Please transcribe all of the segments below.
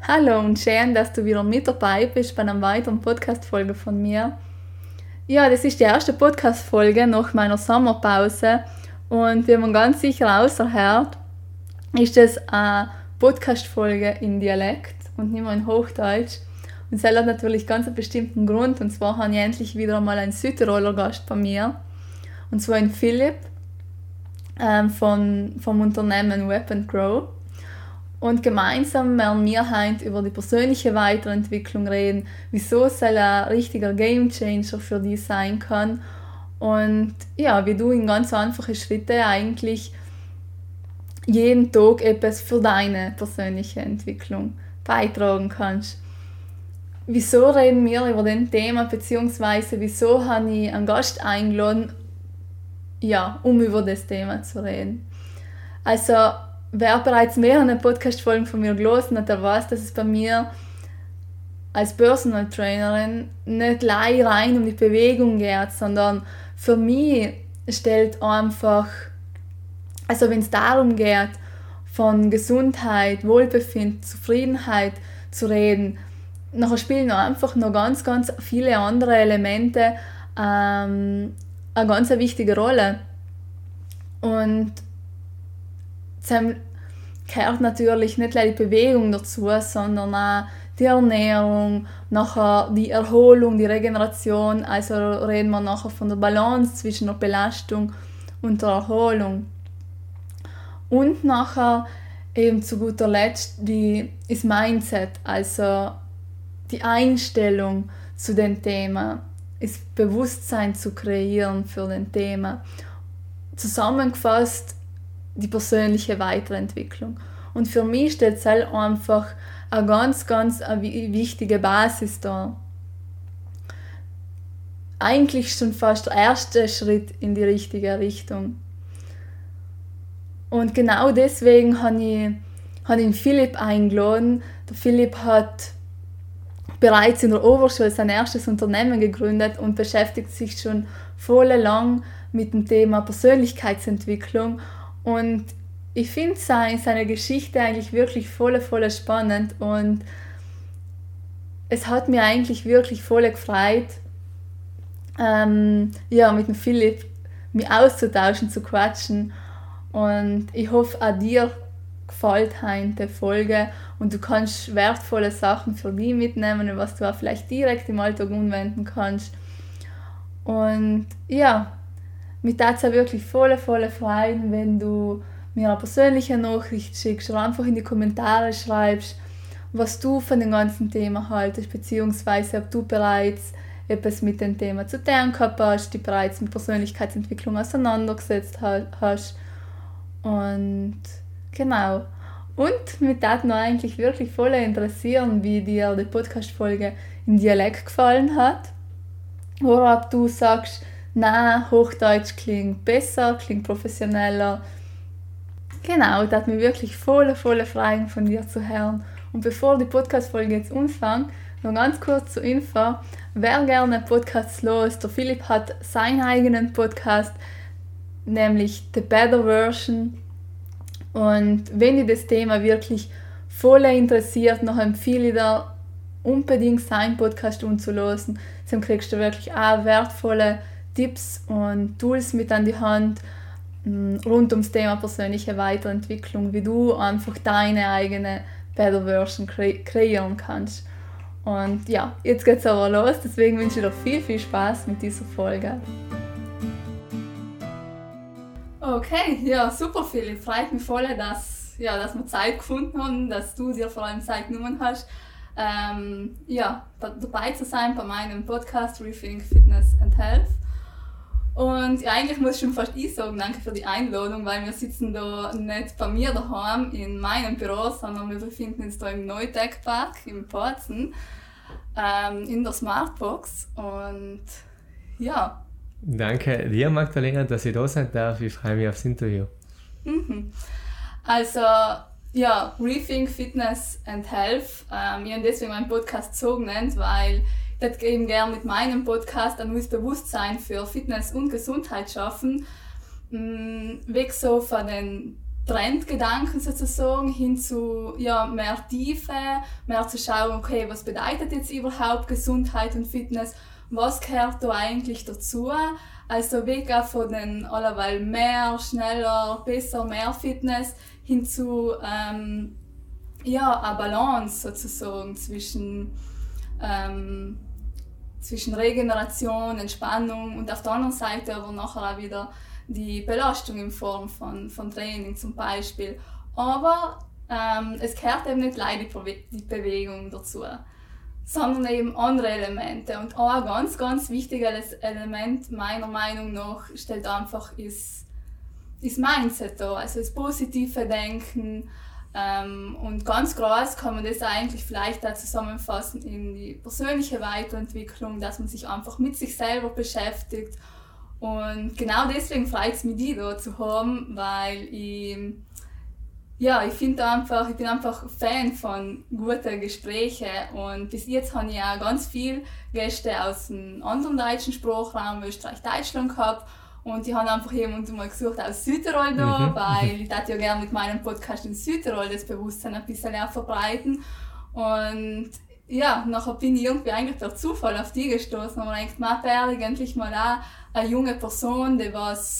Hallo und schön, dass du wieder mit dabei bist bei einer weiteren Podcast-Folge von mir. Ja, das ist die erste Podcast-Folge nach meiner Sommerpause und wie man ganz sicher raushört, ist das eine Podcast-Folge in Dialekt und nicht mehr in Hochdeutsch. Und das hat natürlich ganz einen bestimmten Grund, und zwar habe ich endlich wieder einmal einen Südtiroler Gast bei mir, und zwar einen Philipp vom Unternehmen Web & Grow. Und gemeinsam werden wir heute über die persönliche Weiterentwicklung reden, wieso es ein richtiger Gamechanger für dich sein kann und ja, wie du in ganz einfachen Schritten eigentlich jeden Tag etwas für deine persönliche Entwicklung beitragen kannst. Wieso reden wir über das Thema, beziehungsweise wieso habe ich einen Gast eingeladen, ja, um über das Thema zu reden. Also, wer bereits mehrere Podcast-Folgen von mir gelesen hat, der weiß, dass es bei mir als Personal Trainerin nicht rein um die Bewegung geht, sondern für mich stellt einfach, also wenn es darum geht, von Gesundheit, Wohlbefinden, Zufriedenheit zu reden, nachher spielen einfach noch ganz, ganz viele andere Elemente eine ganz wichtige Rolle. Und dann gehört natürlich nicht nur die Bewegung dazu, sondern auch die Ernährung, nachher die Erholung, die Regeneration. Also reden wir nachher von der Balance zwischen der Belastung und der Erholung. Und nachher eben zu guter Letzt das Mindset, also die Einstellung zu dem Thema, das Bewusstsein zu kreieren für den Thema. Zusammengefasst die persönliche Weiterentwicklung. Und für mich stellt es halt einfach eine ganz, ganz wichtige Basis dar. Eigentlich schon fast der erste Schritt in die richtige Richtung. Und genau deswegen habe ich den Philipp eingeladen. Der Philipp hat bereits in der Oberschule sein erstes Unternehmen gegründet und beschäftigt sich schon voll lang mit dem Thema Persönlichkeitsentwicklung. Und ich finde seine Geschichte eigentlich wirklich voll spannend und es hat mir eigentlich wirklich voll gefreut, mit dem Philipp mich auszutauschen, zu quatschen. Und ich hoffe, auch dir gefällt heute die Folge und du kannst wertvolle Sachen für dich mitnehmen, was du auch vielleicht direkt im Alltag anwenden kannst. Und ja, mich würde es auch wirklich voll freuen, wenn du mir eine persönliche Nachricht schickst oder einfach in die Kommentare schreibst, was du von dem ganzen Thema haltest, beziehungsweise ob du bereits etwas mit dem Thema zu tun gehabt hast, dich bereits mit Persönlichkeitsentwicklung auseinandergesetzt hast. Und genau. Und mich würde noch eigentlich wirklich voll interessieren, wie dir die Podcast-Folge in Dialekt gefallen hat. Oder ob du sagst, nein, Hochdeutsch klingt besser, klingt professioneller. Genau, das hat mich wirklich voll freuen, von dir zu hören. Und bevor die Podcast-Folge jetzt anfängt, noch ganz kurz zur Info. Wer gerne Podcasts hört, der Philipp hat seinen eigenen Podcast, nämlich The Better Version. Und wenn dich das Thema wirklich voll interessiert, dann empfehle ich dir unbedingt seinen Podcast anzuhören. Dann kriegst du wirklich auch wertvolle Tipps und Tools mit an die Hand rund ums Thema persönliche Weiterentwicklung, wie du einfach deine eigene Better Version kreieren kannst. Und ja, jetzt geht's aber los, deswegen wünsche ich dir viel Spaß mit dieser Folge. Okay, ja, super Philipp, freut mich voll, dass wir Zeit gefunden haben, dass du dir vor allem Zeit genommen hast, dabei zu sein bei meinem Podcast Rethink Fitness and Health. Und ja, eigentlich muss ich schon fast sagen, danke für die Einladung, weil wir sitzen da nicht bei mir daheim in meinem Büro, sondern wir befinden uns da im Neutech Park in Porzen, in der Smartbox. Und ja. Danke dir, Magdalena, dass ich da sein darf. Ich freue mich aufs Interview. Also, ja, Rethink Fitness and Health. Ich habe deswegen meinen Podcast so genannt, weil ich eben gerne mit meinem Podcast ein neues Bewusstsein für Fitness und Gesundheit schaffen. Weg so von den Trendgedanken sozusagen hin zu mehr Tiefe, mehr zu schauen, okay, was bedeutet jetzt überhaupt Gesundheit und Fitness, was gehört da eigentlich dazu? Also weg von den allerweil mehr, schneller, besser, mehr Fitness hin zu eine Balance sozusagen zwischen Regeneration, Entspannung und auf der anderen Seite aber nachher auch wieder die Belastung in Form von Training zum Beispiel. Aber es gehört eben nicht leider die Bewegung dazu, sondern eben andere Elemente. Und auch ein ganz, ganz wichtiges Element meiner Meinung nach stellt einfach ist Mindset da, also das positive Denken. Und ganz groß kann man das eigentlich vielleicht auch zusammenfassen in die persönliche Weiterentwicklung, dass man sich einfach mit sich selber beschäftigt. Und genau deswegen freut es mich, die da zu haben, weil ich bin einfach Fan von guten Gesprächen. Und bis jetzt habe ich auch ganz viele Gäste aus dem anderen deutschen Sprachraum, Österreich-Deutschland gehabt. Und ich habe einfach jemanden mal gesucht aus Südtirol da, weil ich ja gerne mit meinem Podcast in Südtirol das Bewusstsein ein bisschen verbreiten. Und ja, nachher bin ich irgendwie eigentlich per Zufall auf die gestoßen und habe gedacht, Perli, endlich mal auch eine junge Person, die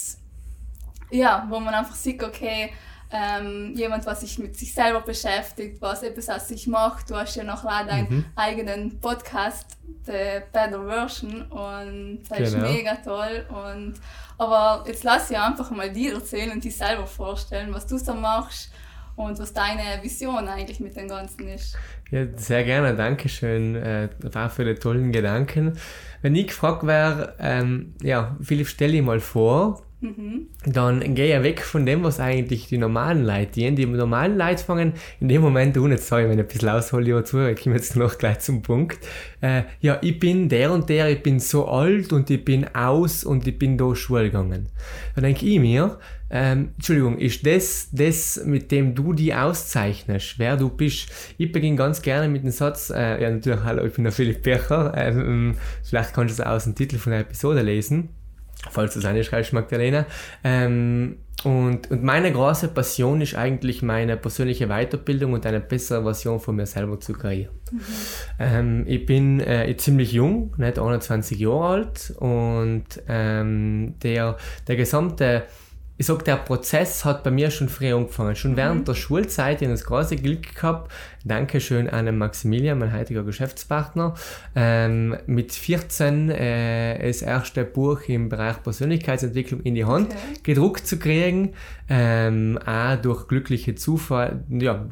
wo man einfach sieht, okay, jemand, was sich mit sich selber beschäftigt, was etwas aus sich macht. Du hast ja noch deinen eigenen Podcast, The Better Version, und das ist mega toll. Aber jetzt lass ich einfach mal dir erzählen und dich selber vorstellen, was du so machst und was deine Vision eigentlich mit dem Ganzen ist. Ja, sehr gerne, danke schön auch für die tollen Gedanken. Wenn ich gefragt wäre, Philipp, stell dir mal vor, dann gehe ich weg von dem, was eigentlich die normalen Leute tun. Die normalen Leute fangen in dem Moment an, jetzt sage ich, wenn ich ein bisschen aushole, ich komme jetzt noch gleich zum Punkt. Ich bin der und der, ich bin so alt und ich bin aus und ich bin da Schule gegangen. Dann denke ich mir, ist das, mit dem du dich auszeichnest, wer du bist? Ich beginne ganz gerne mit dem Satz, natürlich, hallo, ich bin der Philipp Becher, vielleicht kannst du es aus dem Titel von der Episode lesen, falls du es reinschreibst, Magdalena. Und meine große Passion ist eigentlich meine persönliche Weiterbildung und eine bessere Version von mir selber zu kreieren. Ich bin ziemlich jung, nicht 21 Jahre alt, und der gesamte, ich sag, der Prozess hat bei mir schon früh angefangen. Schon während der Schulzeit, ich habe das große Glück gehabt, Dankeschön an den Maximilian, mein heutiger Geschäftspartner, mit 14 das erste Buch im Bereich Persönlichkeitsentwicklung in die Hand gedruckt zu kriegen, auch durch glückliche Zufälle,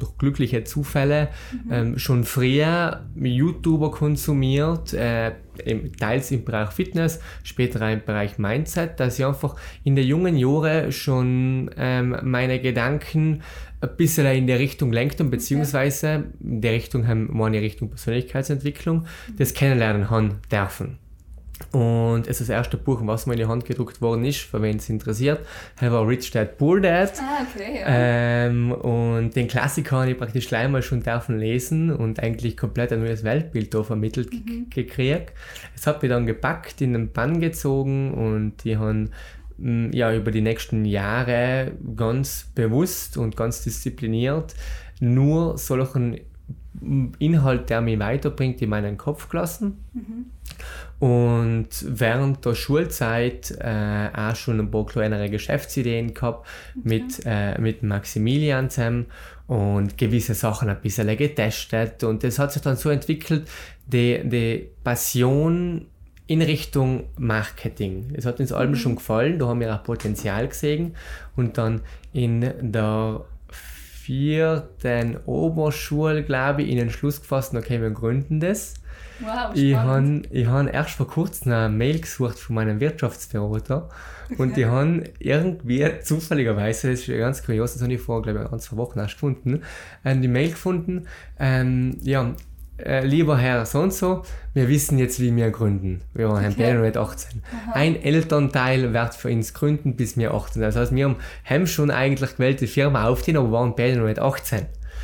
schon früher YouTuber konsumiert, teils im Bereich Fitness, später auch im Bereich Mindset, dass ich einfach in den jungen Jahren schon meine Gedanken ein bisschen in der Richtung lenkt und beziehungsweise in der Richtung meine Richtung Persönlichkeitsentwicklung das kennenlernen haben dürfen. Und es ist das erste Buch, was mir in die Hand gedruckt worden ist, für wen es interessiert, war Rich Dad Poor Dad. Und den Klassiker habe ich praktisch gleich mal schon dürfen lesen und eigentlich komplett ein neues Weltbild da vermittelt gekriegt. Es hat mich dann gepackt, in den Bann gezogen, und die haben über die nächsten Jahre ganz bewusst und ganz diszipliniert nur solchen Inhalt, der mich weiterbringt, in meinen Kopf gelassen. Und während der Schulzeit auch schon ein paar kleinere Geschäftsideen gehabt mit Maximilian zusammen und gewisse Sachen ein bisschen getestet. Und das hat sich dann so entwickelt, die Passion in Richtung Marketing. Das hat uns allen schon gefallen, da haben wir auch Potenzial gesehen. Und dann in der 4. Oberschule, glaube ich, in den Schluss gefasst, okay, wir gründen das. Wow, ich habe erst vor kurzem eine Mail gesucht von meinem Wirtschaftsberater und die haben irgendwie zufälligerweise, das ist ganz kurios, das habe ich vor, glaube ich, 1-2 Wochen erst gefunden, die Mail gefunden, lieber Herr so und so, wir wissen jetzt, wie wir gründen. Wir haben beide nicht 18. Ein Elternteil wird für uns gründen, bis wir 18. Das heißt, wir haben schon eigentlich gewählt, die Firma aufziehen, aber waren beide noch nicht 18.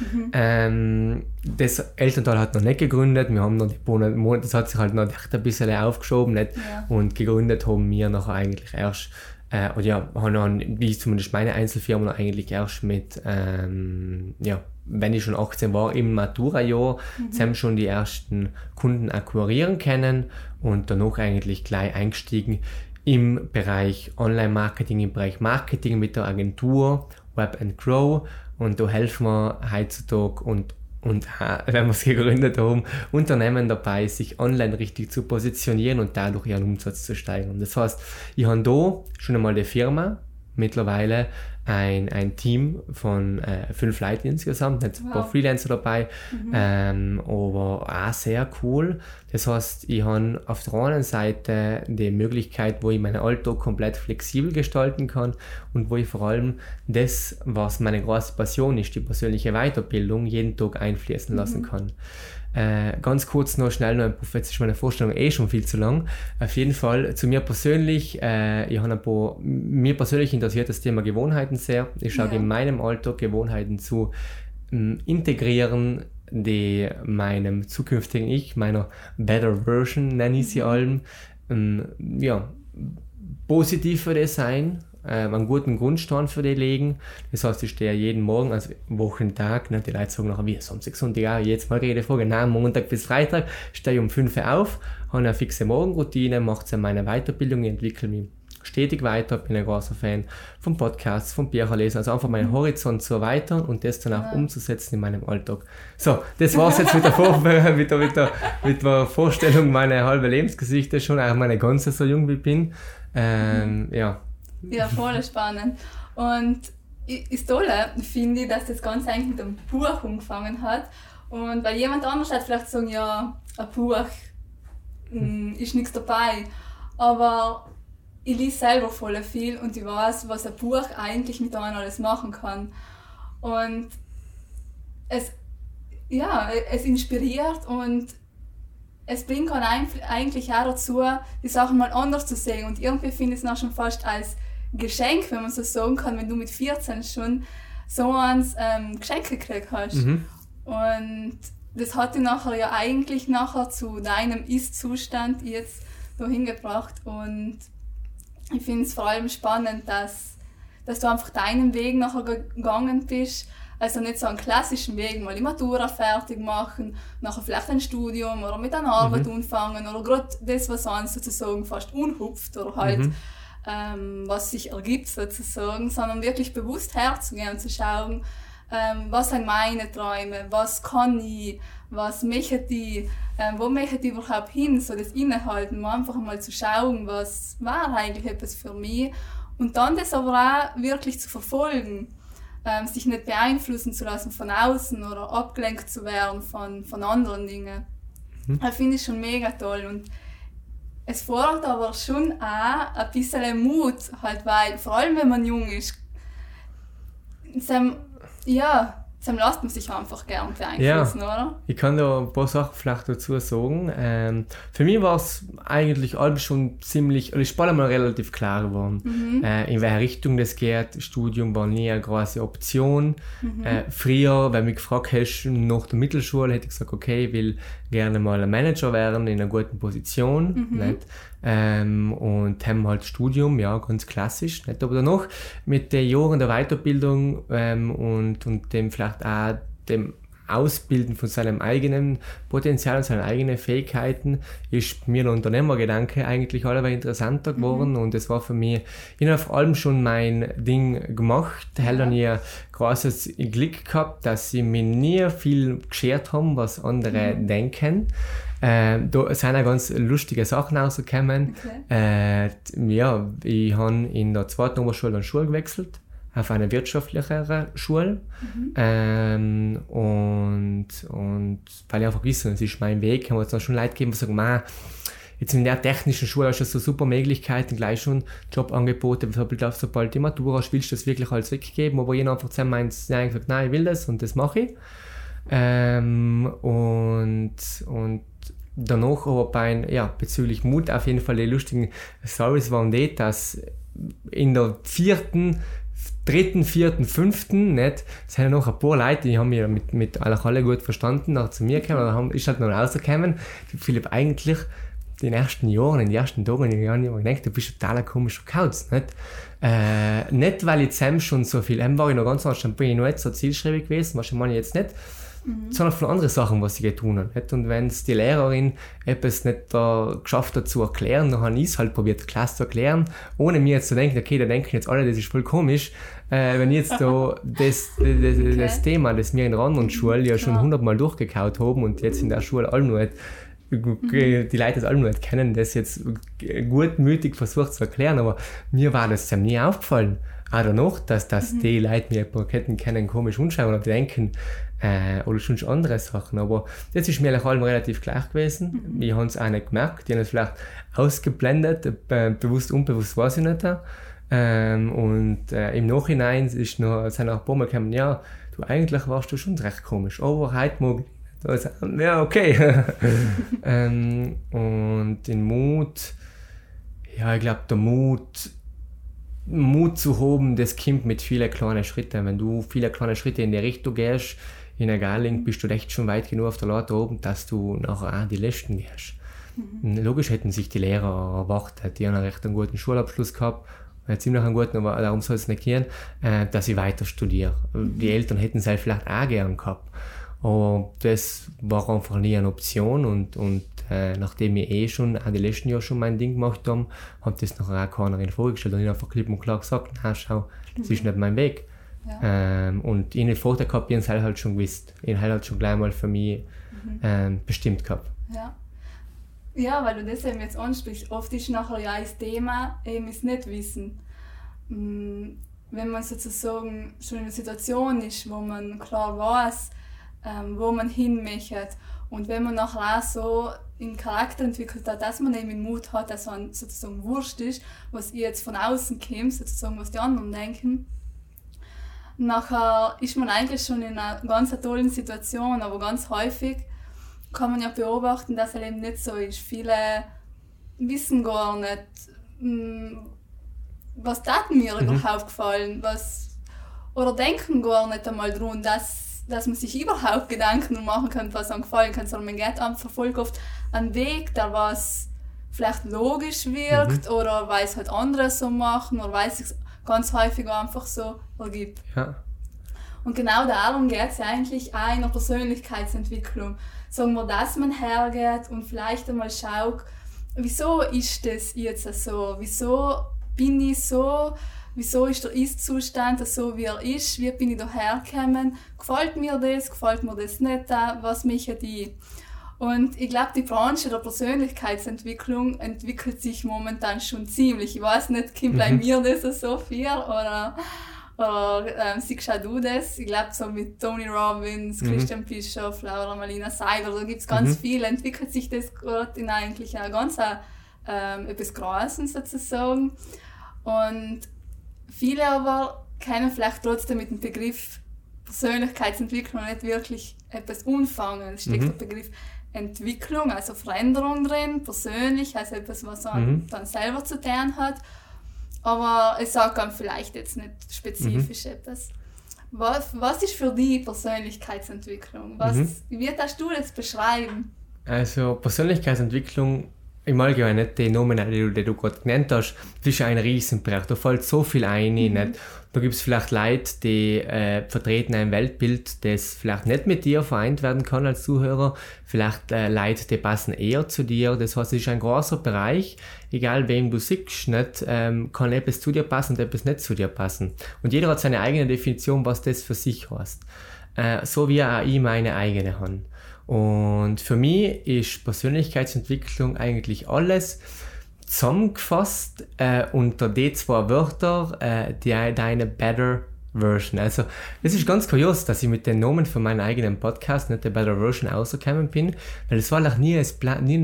Das Elternteil hat noch nicht gegründet, wir haben noch die Monate, das hat sich halt noch ein bisschen aufgeschoben, nicht? Und gegründet haben wir nachher eigentlich erst oder ja, haben wie zumindest meine Einzelfirma eigentlich erst mit, wenn ich schon 18 war, im Matura-Jahr, haben schon die ersten Kunden akquirieren können und danach eigentlich gleich eingestiegen im Bereich Online-Marketing, im Bereich Marketing mit der Agentur Web & Grow, und da helfen wir heutzutage und wenn wir es gegründet haben, Unternehmen dabei, sich online richtig zu positionieren und dadurch ihren Umsatz zu steigern. Das heißt, ich habe da schon einmal die Firma, mittlerweile ein Team von 5 Leuten insgesamt, nicht ein paar Freelancer dabei, aber auch sehr cool. Das heißt, ich habe auf der einen Seite die Möglichkeit, wo ich meinen Alltag komplett flexibel gestalten kann und wo ich vor allem das, was meine große Passion ist, die persönliche Weiterbildung, jeden Tag einfließen lassen kann. Ganz kurz noch schnell, jetzt ist meine Vorstellung schon viel zu lang. Auf jeden Fall zu mir persönlich, mir persönlich interessiert das Thema Gewohnheiten sehr. Ich schaue in meinem Alltag Gewohnheiten zu integrieren, die meinem zukünftigen Ich, meiner Better Version, nenne ich sie allem, positiv für das sein, einen guten Grundstein für die legen. Das heißt, ich stehe jeden Morgen, also Wochentag, die Leute sagen nachher, wie Samstag, Sonntag, jetzt mal Redefrage, nein, Montag bis Freitag stehe ich um 5 Uhr auf, habe eine fixe Morgenroutine, mache meine Weiterbildung, ich entwickle mich stetig weiter, bin ein großer Fan von Podcasts, von Bücherlesen, also einfach meinen Horizont zu erweitern und das dann auch umzusetzen in meinem Alltag. So, das war's jetzt mit der Vorstellung meiner halben Lebensgeschichte, schon auch meine ganze, so jung wie ich bin. Ja, voll spannend. Und das Tolle finde ich, dass das Ganze eigentlich mit einem Buch angefangen hat. Und weil jemand anders hat vielleicht sagen, ja, ein Buch ist nichts dabei. Aber ich lese selber voll viel und ich weiß, was ein Buch eigentlich mit einem alles machen kann. Und es inspiriert und es bringt einen eigentlich auch dazu, die Sachen mal anders zu sehen. Und irgendwie finde ich es auch schon fast als Geschenk, wenn man so sagen kann, wenn du mit 14 schon so eins Geschenk gekriegt hast. Und das hat dich nachher eigentlich zu deinem Ist-Zustand jetzt dahin gebracht. Und ich finde es vor allem spannend, dass du einfach deinen Weg nachher gegangen bist. Also nicht so einen klassischen Weg, mal die Matura fertig machen, nachher vielleicht ein Studium oder mit einer Arbeit anfangen oder gerade das, was uns sozusagen fast unhupft oder halt was sich ergibt sozusagen, sondern wirklich bewusst herzugehen und zu schauen, was sind meine Träume, was kann ich, was möchte ich, wo möchte ich überhaupt hin, so das Innehalten, einfach mal zu schauen, was war eigentlich etwas für mich und dann das aber auch wirklich zu verfolgen. Sich nicht beeinflussen zu lassen von außen oder abgelenkt zu werden von anderen Dingen. Das finde ich schon mega toll. Und es fordert aber schon auch ein bisschen Mut, halt, weil vor allem wenn man jung ist, dann lässt man sich einfach gern beeinflussen, oder? Ich kann da ein paar Sachen vielleicht dazu sagen. Für mich war es eigentlich alles schon ziemlich, also ich war mal relativ klar geworden, in welche Richtung das geht. Studium war nie eine große Option. Früher, wenn mich gefragt hättest, nach der Mittelschule, hätte ich gesagt, okay, ich will gerne mal ein Manager werden, in einer guten Position. Nicht? Und haben halt Studium, ja, ganz klassisch. Nicht? Aber danach mit den Jahren der Weiterbildung und dem vielleicht auch dem Ausbilden von seinem eigenen Potenzial und seinen eigenen Fähigkeiten ist mir der Unternehmergedanke eigentlich allerweil interessanter geworden und es war für mich, ich habe vor allem schon mein Ding gemacht, habe dann ein großes Glück gehabt, dass sie mir nie viel geschert haben, was andere denken. Da sind auch ganz lustige Sachen rausgekommen. Okay. Ich habe in der 2. Oberschule dann Schule gewechselt, auf eine wirtschaftlichere Schule. Und weil ich einfach wissen, das ist mein Weg, haben wir jetzt auch schon Leute gegeben, die sagen, jetzt in der technischen Schule hast du so super Möglichkeiten, gleich schon Jobangebote, sobald die Matura hast, willst du das wirklich alles weggeben, aber jeder einfach zusammen meint, gesagt, nein, ich will das und das mache ich. Und danach aber bezüglich Mut auf jeden Fall die lustigen Stories waren die, dass in der 3., 4., 5. nicht, es sind ja noch ein paar Leute, die haben mich mit alle gut verstanden, nachher zu mir gekommen, ist halt noch rausgekommen, Philipp, eigentlich in den ersten Jahren, in den ersten Tagen, ich habe mir gedacht, du bist total ein komischer Kauz. Nicht, weil ich zusammen schon so viel, war ich noch ganz anders, dann bin ich noch nicht so zielstrebig gewesen, was ich meine jetzt nicht, sondern von anderen Sachen, was ich getan habe. Nicht? Und wenn es die Lehrerin etwas nicht geschafft hat zu erklären, dann habe ich es halt probiert, die Klasse zu erklären, ohne mir jetzt zu denken, okay, da denken jetzt alle, das ist voll komisch. Wenn ich jetzt da das Thema, das wir in der anderen Schule ja schon 100-mal durchgekaut haben und jetzt in der Schule alle nur die Leute das alle nur nicht kennen, das jetzt gutmütig versucht zu erklären, aber mir war das nie aufgefallen. Auch danach, dass die Leute mir Etiketten kennen, komisch anschauen oder denken, oder schon andere Sachen. Aber das ist mir eigentlich allem relativ gleich gewesen. Wir haben es auch nicht gemerkt. Die haben es vielleicht ausgeblendet, bewusst, unbewusst weiß ich nicht. Im Nachhinein sind noch ein paar Mal gekommen, ja, du eigentlich warst du schon recht komisch, aber heute mag ich nicht. Also, ja, okay. Und den Mut, ja, ich glaube, der Mut zu haben, das kommt mit vielen kleinen Schritten. Wenn du viele kleine Schritte in die Richtung gehst, in der Galing bist du echt schon weit genug auf der Leiter oben, dass du nachher auch die letzten gehst. Logisch hätten sich die Lehrer erwartet, die haben einen recht guten Schulabschluss gehabt, ziemlich einen guten, aber darum soll es nicht gehen, dass ich weiter studiere. Die Eltern hätten es halt vielleicht auch gern gehabt. Aber das war einfach nie eine Option und nachdem wir schon auch die letzten Jahre schon mein Ding gemacht haben, hat das nachher auch keiner vorgestellt und ich habe einfach klipp und klar gesagt, na schau, das ist nicht mein Weg. Ja. Und ich nicht vorher gehabt, ich habe es halt schon gewusst. Ich habe halt schon gleich mal für mich bestimmt gehabt. Ja, weil du das eben jetzt ansprichst, oft ist nachher ja das Thema eben das Nicht-Wissen. Wenn man sozusagen schon in einer Situation ist, wo man klar weiß, wo man hin möchte. Und wenn man nachher auch so einen Charakter entwickelt hat, dass man eben den Mut hat, dass man sozusagen wurscht ist, was ihr jetzt von außen kommt, sozusagen was die anderen denken, nachher ist man eigentlich schon in einer ganz tollen Situation, aber ganz häufig kann man ja beobachten, dass es eben nicht so ist. Viele wissen gar nicht, was tat mir überhaupt gefallen, oder denken gar nicht einmal daran, dass man sich überhaupt Gedanken machen kann, was einem gefallen kann, sondern man geht einfach voll oft einen Weg, der was vielleicht logisch wirkt oder weil es halt andere so machen oder weil es sich ganz häufig einfach so ergibt. Ja. Und genau darum geht es ja eigentlich auch in der Persönlichkeitsentwicklung. Sagen wir, dass man hergeht und vielleicht einmal schaut, wieso ist das jetzt so, wieso bin ich so, wieso ist der Ist-Zustand so, wie er ist, wie bin ich da hergekommen, gefällt mir das nicht, was mich die. Und ich glaube, die Branche der Persönlichkeitsentwicklung entwickelt sich momentan schon ziemlich. Ich weiß nicht, kommt bei mir das so viel oder siehst auch du das? Ich glaube, so mit Tony Robbins, Christian Bischoff, Laura Marlina Seiler, da gibt es ganz viel, entwickelt sich das gerade in eigentlich auch ganz etwas Großes sozusagen. Und viele aber können vielleicht trotzdem mit dem Begriff Persönlichkeitsentwicklung nicht wirklich etwas anfangen. Es steckt der Begriff Entwicklung, also Veränderung drin, persönlich, also etwas, was man dann selber zu tun hat. Aber es sagt einem vielleicht jetzt nicht spezifisch etwas. Was ist für dich Persönlichkeitsentwicklung? Wie würdest du das beschreiben? Also Persönlichkeitsentwicklung im Allgemeinen, nicht die Nomen, die du gerade genannt hast, das ist ein Riesenbereich, da fällt so viel ein. Nicht? Da gibt es vielleicht Leute, die vertreten ein Weltbild, das vielleicht nicht mit dir vereint werden kann als Zuhörer, vielleicht Leute, die passen eher zu dir, das heißt, es ist ein großer Bereich, egal wem du siehst, nicht, kann etwas zu dir passen und etwas nicht zu dir passen. Und jeder hat seine eigene Definition, was das für sich heißt. So wie auch ich meine eigene habe. Und für mich ist Persönlichkeitsentwicklung eigentlich alles zusammengefasst unter die zwei Wörter, deine Better Version. Also es ist ganz kurios, dass ich mit den Namen von meinem eigenen Podcast nicht der Better Version rausgekommen bin, weil es war auch nie das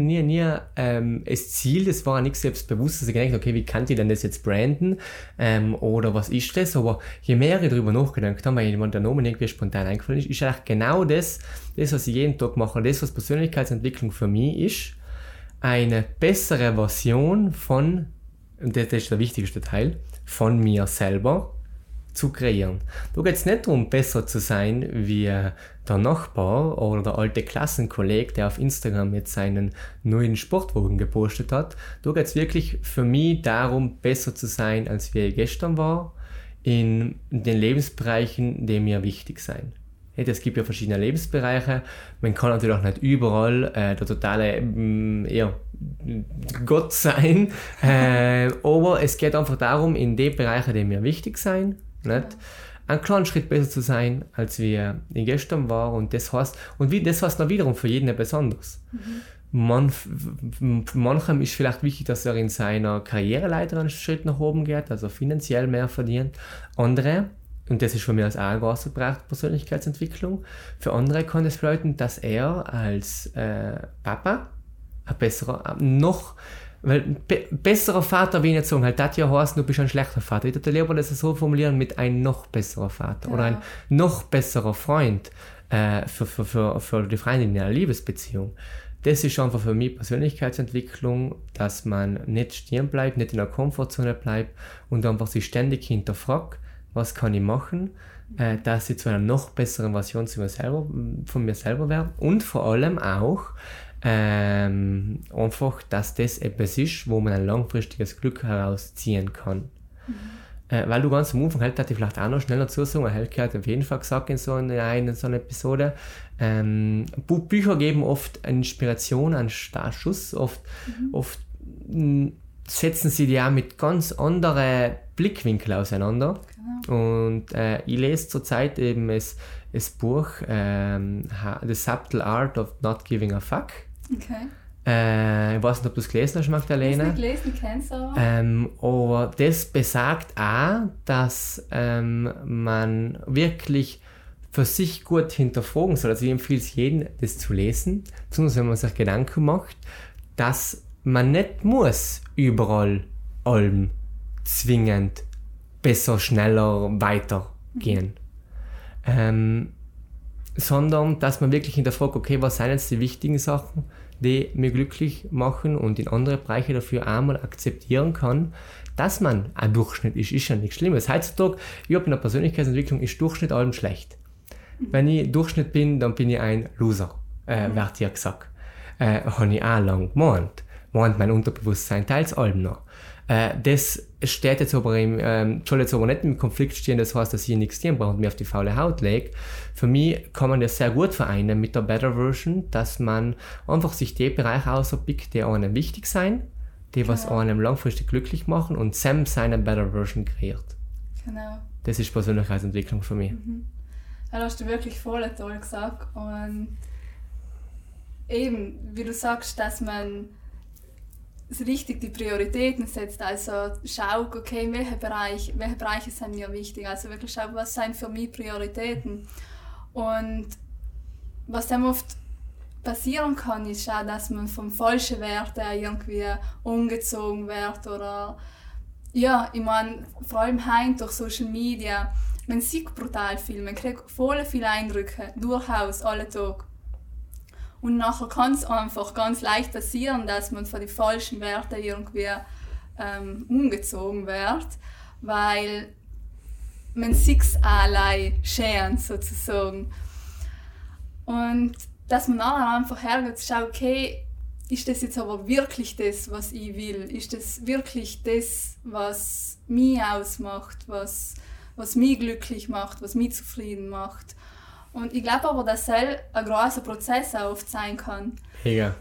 Ziel, das war auch nicht selbstbewusst, dass ich gedacht habe, okay, wie kann ich denn das jetzt branden oder was ist das, aber je mehr ich darüber nachgedacht habe, weil jemand der Name irgendwie spontan eingefallen ist eigentlich genau das, was ich jeden Tag mache, das, was Persönlichkeitsentwicklung für mich ist, eine bessere Version von, und das ist der wichtigste Teil, von mir selber zu kreieren. Da geht es nicht darum, besser zu sein wie der Nachbar oder der alte Klassenkolleg, der auf Instagram jetzt seinen neuen Sportwagen gepostet hat. Da geht es wirklich für mich darum, besser zu sein, als wie ich gestern war, in den Lebensbereichen, die mir wichtig sind. Es gibt ja verschiedene Lebensbereiche. Man kann natürlich auch nicht überall der totale Gott sein. Aber es geht einfach darum, in den Bereichen, die mir wichtig sind, nicht? Einen kleinen Schritt besser zu sein, als wir gestern war. Und das heißt noch wiederum für jeden etwas anderes. Manchem ist vielleicht wichtig, dass er in seiner Karriereleiter einen Schritt nach oben geht, also finanziell mehr verdient. Andere, und das ist für mich als auch ein großer Bereich Persönlichkeitsentwicklung, für andere kann es bedeuten, dass er als Papa ein besserer Vater, wie ich nicht sagen, halt das ja heißt, du bist ein schlechter Vater. Ich würde lieber das so formulieren mit ein noch besserer Vater oder ein noch besserer Freund für die Freundin in einer Liebesbeziehung. Das ist einfach für mich Persönlichkeitsentwicklung, dass man nicht stehen bleibt, nicht in der Komfortzone bleibt und einfach sich ständig hinterfragt, was kann ich machen, dass ich zu einer noch besseren Version von mir selber werde und vor allem auch einfach, dass das etwas ist, wo man ein langfristiges Glück herausziehen kann. Weil du ganz am Anfang, halt, hatte ich vielleicht auch noch schneller dazu sagen, Helke hat auf jeden Fall gesagt in so einer Episode, Bücher geben oft Inspiration, einen Startschuss, oft setzen sie die auch mit ganz anderen Blickwinkeln auseinander. Genau. Und ich lese zurzeit eben das Buch The Subtle Art of Not Giving a Fuck. Okay. Ich weiß nicht, ob du es gelesen hast, Magdalena. Ich habe es nicht gelesen, ich kenne es aber. Aber das besagt auch, dass man wirklich für sich gut hinterfragen soll. Also ich empfehle es jedem, das zu lesen, besonders wenn man sich Gedanken macht, dass man nicht muss überall allem zwingend besser, schneller weitergehen. Sondern dass man wirklich hinterfragt, okay, was sind jetzt die wichtigen Sachen, die mir glücklich machen und in andere Bereiche dafür einmal akzeptieren kann, dass man ein Durchschnitt ist ja nichts Schlimmes. Heutzutage, ich habe in der Persönlichkeitsentwicklung, ist Durchschnitt allem schlecht. Wenn ich Durchschnitt bin, dann bin ich ein Loser, wird ja gesagt. Habe ich auch lang gemeint mein Unterbewusstsein, teils allem noch. Das steht jetzt aber soll jetzt aber nicht im Konflikt stehen, das heißt, dass ich nichts tun brauche und mir auf die faule Haut lege. Für mich kann man das sehr gut vereinen mit der Better Version, dass man einfach sich die Bereiche auspickt, die einem wichtig sind, die was einem langfristig glücklich machen und Sam seine Better Version kreiert. Genau. Das ist Persönlichkeitsentwicklung für mich. Ja, das hast du wirklich voll toll gesagt. Und eben, wie du sagst, dass man richtig die Prioritäten setzt, also schau, okay, welche Bereiche sind mir wichtig, also wirklich schau, was sind für mich Prioritäten. Und was dann oft passieren kann, ist auch, dass man von falschen Werten irgendwie umgezogen wird oder ja, ich meine, vor allem heute durch Social Media, man sieht brutal viel, man kriegt voll viele Eindrücke, durchaus, alle Tage. Und nachher kann es einfach ganz leicht passieren, dass man von den falschen Werten irgendwie umgezogen wird, weil man sich allein schert sozusagen. Und dass man dann einfach hergeht und schaut, okay, ist das jetzt aber wirklich das, was ich will? Ist das wirklich das, was mich ausmacht, was mich glücklich macht, was mich zufrieden macht? Und ich glaube aber, dass das ein grosser Prozess auch oft sein kann. Mega.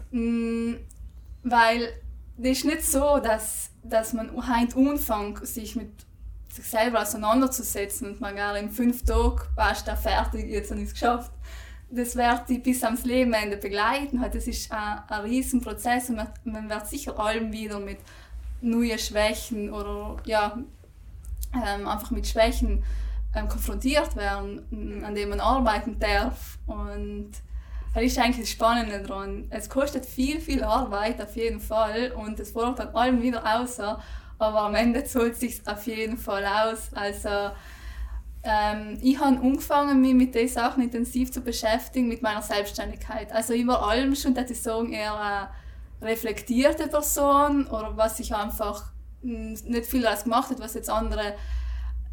Weil es ist nicht so, dass man heute anfängt, sich mit sich selber auseinanderzusetzen und man gar in 5 Tagen passt da fertig, jetzt habe ich es geschafft. Das wird dich bis ans Lebensende begleiten. Das ist ein riesen Prozess und man wird sicher allem wieder mit neuen Schwächen oder ja, einfach mit Schwächen konfrontiert werden, an denen man arbeiten darf. Und das ist eigentlich das Spannende daran. Es kostet viel, viel Arbeit auf jeden Fall und es fordert an allem wieder aus, aber am Ende zahlt es sich auf jeden Fall aus. Also ich habe angefangen, mich mit diesen Sachen intensiv zu beschäftigen, mit meiner Selbstständigkeit. Also über allem schon, dass ich sagen, eher eine reflektierte Person oder was ich einfach nicht viel als gemacht habe, was jetzt andere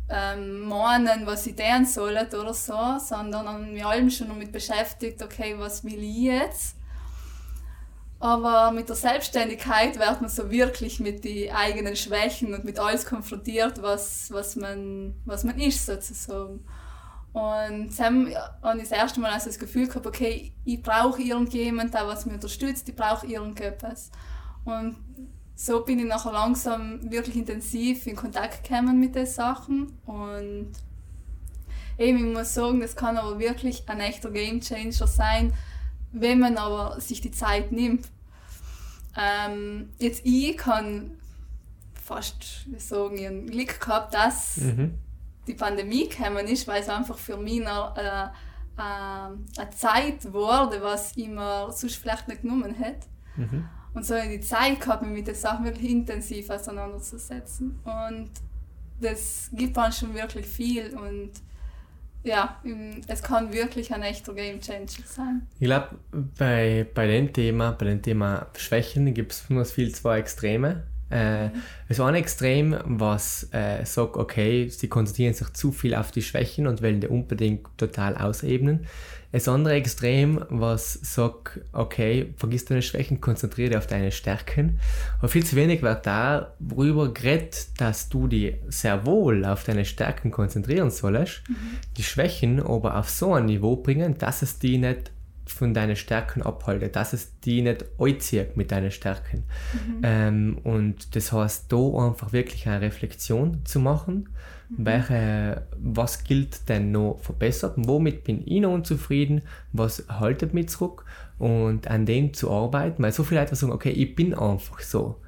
meinen, was sie tun sollen oder so, sondern an mir allem schon damit beschäftigt, okay, was will ich jetzt? Aber mit der Selbstständigkeit wird man so wirklich mit den eigenen Schwächen und mit alles konfrontiert, was man ist sozusagen. Und dann habe ich das erste Mal also das Gefühl gehabt, okay, ich brauche irgendjemanden, der was mich unterstützt, ich brauche irgendetwas. Und so bin ich nachher langsam wirklich intensiv in Kontakt gekommen mit den Sachen. Und eben, ich muss sagen, das kann aber wirklich ein echter Gamechanger sein, wenn man aber sich die Zeit nimmt. Jetzt ich kann fast sagen, ich habe Glück gehabt, dass die Pandemie gekommen ist, weil es einfach für mich eine Zeit wurde, was ich mir sonst vielleicht nicht genommen hätte. Und so habe ich die Zeit gehabt, mich mit den Sachen wirklich intensiv auseinanderzusetzen. Und das gibt dann schon wirklich viel. Und ja, es kann wirklich ein echter Gamechanger sein. Ich glaube, bei dem Thema Schwächen gibt es besonders viel zwei Extreme. Das eine Extrem, was sagt, okay, sie konzentrieren sich zu viel auf die Schwächen und wollen die unbedingt total ausebnen. Das andere Extrem, was sagt, okay, vergiss deine Schwächen, konzentriere dich auf deine Stärken. Aber viel zu wenig wird darüber geredet, dass du dich sehr wohl auf deine Stärken konzentrieren sollst, die Schwächen aber auf so ein Niveau bringen, dass es die nicht von deinen Stärken abhalten, dass es die nicht anzieht mit deinen Stärken. Und das heißt, da einfach wirklich eine Reflexion zu machen, was gilt denn noch verbessert, womit bin ich noch unzufrieden, was haltet mich zurück und an dem zu arbeiten, weil so viele Leute sagen, okay, ich bin einfach so.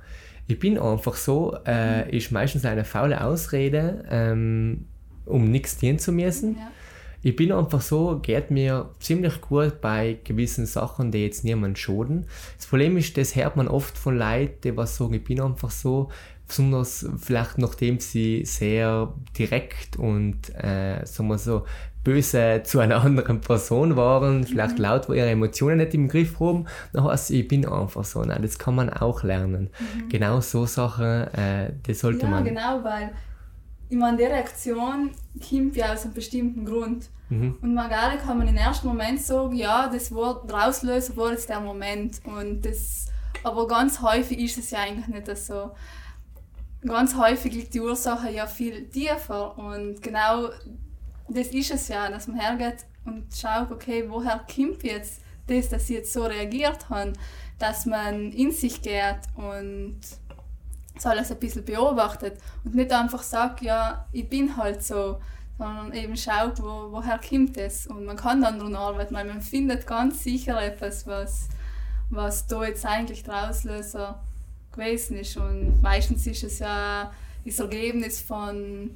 Ist meistens eine faule Ausrede, um nichts tun zu müssen. Ja. Ich bin einfach so, geht mir ziemlich gut bei gewissen Sachen, die jetzt niemand schaden. Das Problem ist, das hört man oft von Leuten, die was sagen, ich bin einfach so, besonders vielleicht nachdem sie sehr direkt und, sagen wir so, böse zu einer anderen Person waren, vielleicht laut, wo ihre Emotionen nicht im Griff haben, dann heißt es, ich bin einfach so. Nein, das kann man auch lernen. Genau so Sachen, das sollte man... Ja, genau, weil ich meine, die Reaktion kommt ja aus einem bestimmten Grund. Und manchmal kann man im ersten Moment sagen, ja, das Wort rauslösen war jetzt der Moment. Aber ganz häufig ist es ja eigentlich nicht so. Ganz häufig liegt die Ursache ja viel tiefer. Und genau das ist es ja, dass man hergeht und schaut, okay, woher kommt jetzt das, dass sie jetzt so reagiert haben, dass man in sich geht und so alles ein bisschen beobachtet und nicht einfach sagt, ja, ich bin halt so, sondern eben schaut, woher kommt es. Und man kann dann daran arbeiten, weil man findet ganz sicher etwas, was da jetzt eigentlich der Auslöser gewesen ist. Und meistens ist es ja das Ergebnis von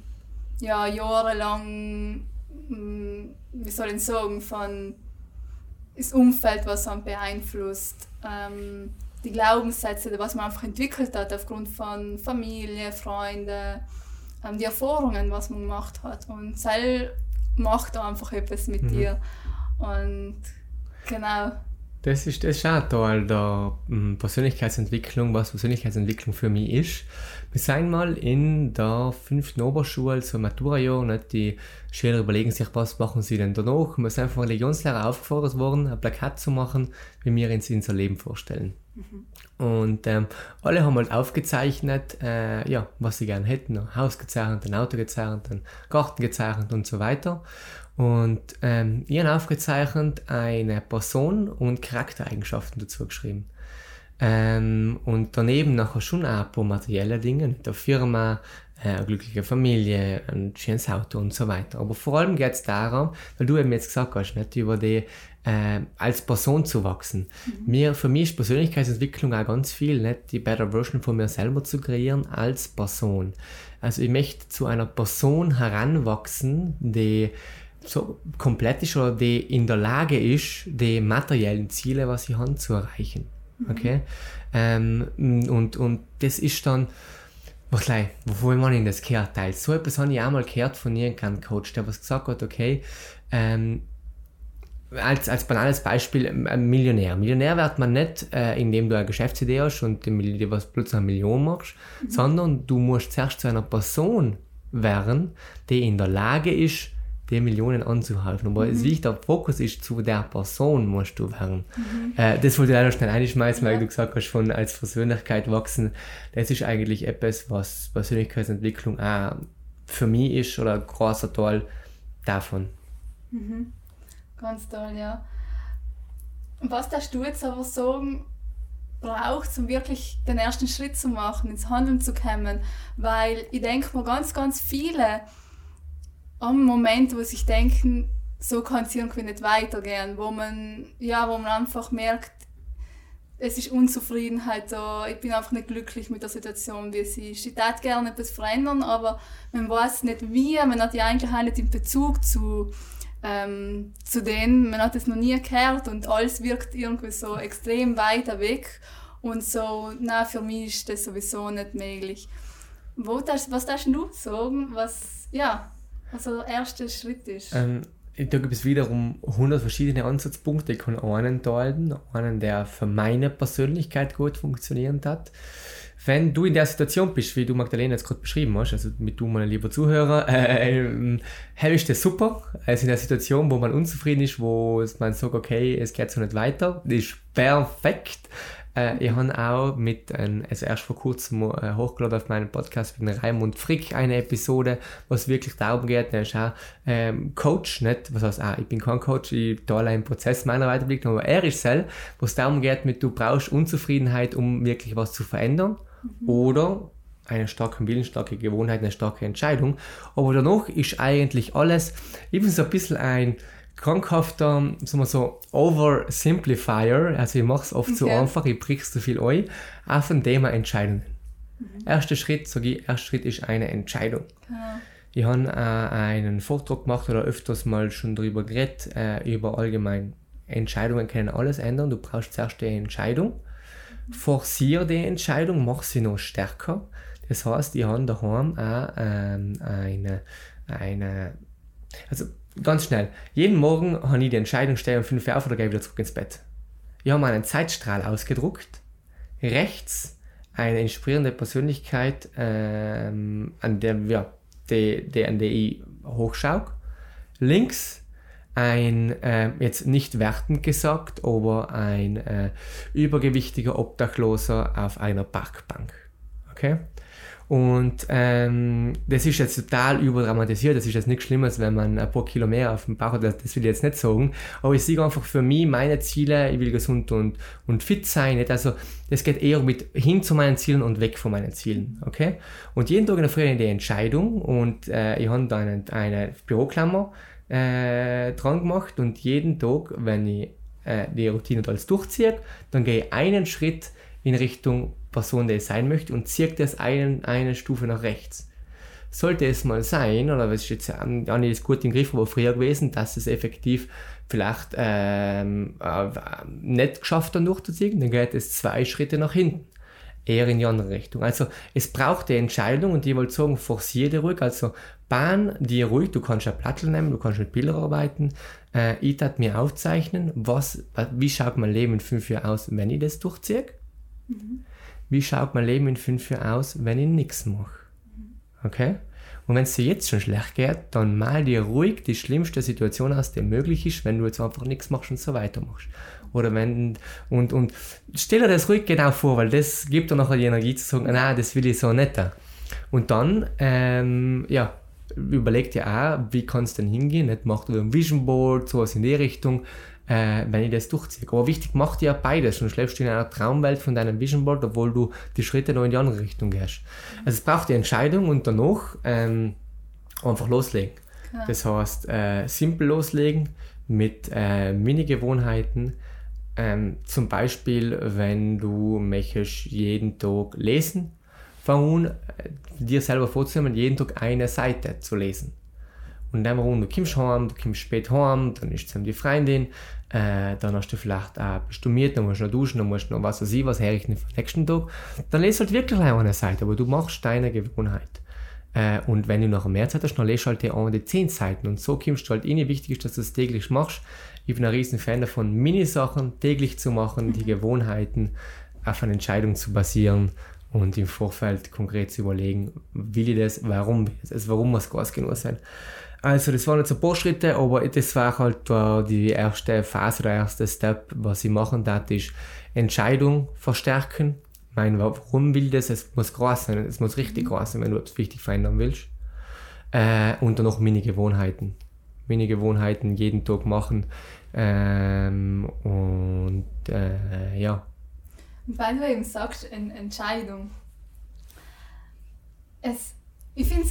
jahrelang, wie soll ich sagen, von das Umfeld, was man beeinflusst, die Glaubenssätze, was man einfach entwickelt hat aufgrund von Familie, Freunde, die Erfahrungen, was man gemacht hat. Und das macht da einfach etwas mit dir. Und genau. Das ist auch Teil der Persönlichkeitsentwicklung, was Persönlichkeitsentwicklung für mich ist. Wir sind mal in der 5. Oberschule, so Maturajahr, nicht? Die Schüler überlegen sich, was machen sie denn danach. Wir sind von Religionslehrer aufgefordert worden, ein Plakat zu machen, wie wir uns unser Leben vorstellen. Und alle haben halt aufgezeichnet, was sie gerne hätten. Ein Haus gezeichnet, ein Auto gezeichnet, einen Garten gezeichnet und so weiter. Und ich habe aufgezeichnet eine Person und Charaktereigenschaften dazu geschrieben. Und daneben nachher schon auch ein paar materielle Dinge, mit der Firma, eine glückliche Familie, ein schönes Auto und so weiter. Aber vor allem geht es darum, weil du eben jetzt gesagt hast, nicht, über die als Person zu wachsen. Für mich ist Persönlichkeitsentwicklung auch ganz viel, nicht die Better Version von mir selber zu kreieren als Person. Also ich möchte zu einer Person heranwachsen, die so komplett ist oder die in der Lage ist, die materiellen Ziele, was sie haben, zu erreichen. Okay? Und das ist dann, wo man in das gehört teilt. So etwas habe ich auch mal gehört von irgendeinem Coach, der was gesagt hat, okay, als banales Beispiel, ein Millionär. Millionär wird man nicht, indem du eine Geschäftsidee hast und die was plötzlich eine Million machst, sondern du musst zuerst zu einer Person werden, die in der Lage ist, die Millionen anzuhalten. Aber wie der Fokus ist, zu der Person musst du werden. Das wollte ich leider schnell einschmeißen, weil du gesagt hast, von als Persönlichkeit wachsen. Das ist eigentlich etwas, was Persönlichkeitsentwicklung auch für mich ist oder ein großer Teil davon. Ganz toll, ja. Und was darfst du jetzt aber sagen, braucht, um wirklich den ersten Schritt zu machen, ins Handeln zu kommen? Weil ich denke mir, ganz, ganz viele am Moment, wo sich denken, so kann es irgendwie nicht weitergehen, wo man einfach merkt, es ist Unzufriedenheit da, ich bin einfach nicht glücklich mit der Situation, wie sie ist. Ich würde gerne etwas verändern, aber man weiß nicht wie, man hat ja eigentlich auch nicht den Bezug zu denen, man hat es noch nie gehört und alles wirkt irgendwie so extrem weiter weg und so, nein, für mich ist das sowieso nicht möglich. Was darfst du sagen, was der erste Schritt ist? Da gibt es wiederum 100 verschiedene Ansatzpunkte. Ich kann einen teilen, einen, der für meine Persönlichkeit gut funktioniert hat. Wenn du in der Situation bist, wie du Magdalena jetzt gerade beschrieben hast, also mit du, meine liebe Zuhörer, ist das super. Also in der Situation, wo man unzufrieden ist, wo man sagt, okay, es geht so nicht weiter, das ist perfekt. Ich habe auch erst vor kurzem hochgeladen auf meinen Podcast mit Raimund Frick eine Episode, was wirklich darum geht, der ist auch Coach, nicht, was heißt ich bin kein Coach, ich teile einen Prozess meiner Weiterbildung, aber er ist selbst, wo es darum geht, du brauchst Unzufriedenheit, um wirklich was zu verändern oder eine starke Willen, starke Gewohnheit, eine starke Entscheidung, aber danach ist eigentlich alles eben so ein bisschen ein krankhafter, sagen wir so, Oversimplifier, also ich mache es oft so einfach, ich brich's zu viel ein, auch von Thema Entscheidungen. Erster Schritt ist eine Entscheidung. Ich habe einen Vortrag gemacht oder öfters mal schon darüber geredet, über allgemein Entscheidungen können alles ändern, du brauchst zuerst die Entscheidung, forciere die Entscheidung, mach sie noch stärker, das heißt, ich habe daheim auch also ganz schnell. Jeden Morgen habe ich die Entscheidung, stehe um 5 Uhr auf oder gehe wieder zurück ins Bett. Ich habe einen Zeitstrahl ausgedruckt. Rechts eine inspirierende Persönlichkeit, an der ich hochschaue. Links ein, jetzt nicht wertend gesagt, aber ein übergewichtiger Obdachloser auf einer Parkbank. Okay? Und das ist jetzt total überdramatisiert, das ist jetzt nichts Schlimmes, wenn man ein paar Kilo mehr auf dem Bauch hat, das will ich jetzt nicht sagen, aber ich sehe einfach für mich meine Ziele, ich will gesund und fit sein, nicht? Also das geht eher hin zu meinen Zielen und weg von meinen Zielen, okay? Und jeden Tag in der Früh eine Entscheidung und ich habe da eine Büroklammer dran gemacht und jeden Tag, wenn ich die Routine alles durchziehe, dann gehe ich einen Schritt in Richtung Person, die ich sein möchte, und ziehe das eine Stufe nach rechts. Sollte es mal sein, oder was ist jetzt auch nicht gut im Griff, aber früher gewesen, dass es effektiv vielleicht nicht geschafft dann durchzuziehen, dann geht es 2 Schritte nach hinten. Eher in die andere Richtung. Also es braucht die Entscheidung und ich wollte sagen, forciere die ruhig, also bahn die ruhig, du kannst ein Plattel nehmen, du kannst mit Bildern arbeiten, ich tat mir aufzeichnen, wie schaut mein Leben in 5 Jahren aus, wenn ich das durchziehe? Wie schaut mein Leben in 5 Jahren aus, wenn ich nichts mache? Okay? Und wenn es dir jetzt schon schlecht geht, dann mal dir ruhig die schlimmste Situation aus, die möglich ist, wenn du jetzt einfach nichts machst und so weitermachst. Oder und stell dir das ruhig genau vor, weil das gibt dir nachher die Energie zu sagen, nein, das will ich so nicht. Und dann, überleg dir auch, wie kann es denn hingehen, nicht mach du ein Vision Board, sowas in die Richtung, wenn ich das durchziehe. Aber wichtig, mach dir ja beides und schläfst in einer Traumwelt von deinem Vision Board, obwohl du die Schritte noch in die andere Richtung gehst. Also es braucht die Entscheidung und danach einfach loslegen. Ja. Das heißt, simpel loslegen mit Mini-Gewohnheiten. Zum Beispiel, wenn du möchtest jeden Tag lesen, fang an, dir selber vorzunehmen, jeden Tag eine Seite zu lesen. Und dann du kommst heim, du kommst spät heim, dann ist es die Freundin, dann hast du vielleicht bist du müde, dann musst du noch duschen, dann musst du noch was herrichten für den nächsten Tag. Dann lest halt wirklich eine Seite, aber du machst deine Gewohnheit. Und wenn du noch mehr Zeit hast, dann lest halt die 10 Seiten und so kommst du halt rein. Wichtig ist, dass du das täglich machst. Ich bin ein riesen Fan davon, Minisachen täglich zu machen, die Gewohnheiten auf eine Entscheidung zu basieren und im Vorfeld konkret zu überlegen, will ich das, warum will ich das, also warum muss Gas genug sein. Also das waren jetzt ein paar Schritte, aber das war halt die erste Phase, der erste Step, was ich machen darf, ist Entscheidung verstärken. Ich meine, warum will ich das? Es muss groß sein, es muss richtig groß sein, wenn du etwas wichtig verändern willst. Und dann noch meine Gewohnheiten jeden Tag machen. Ja. Und weil du eben sagst, eine Entscheidung. Ich finde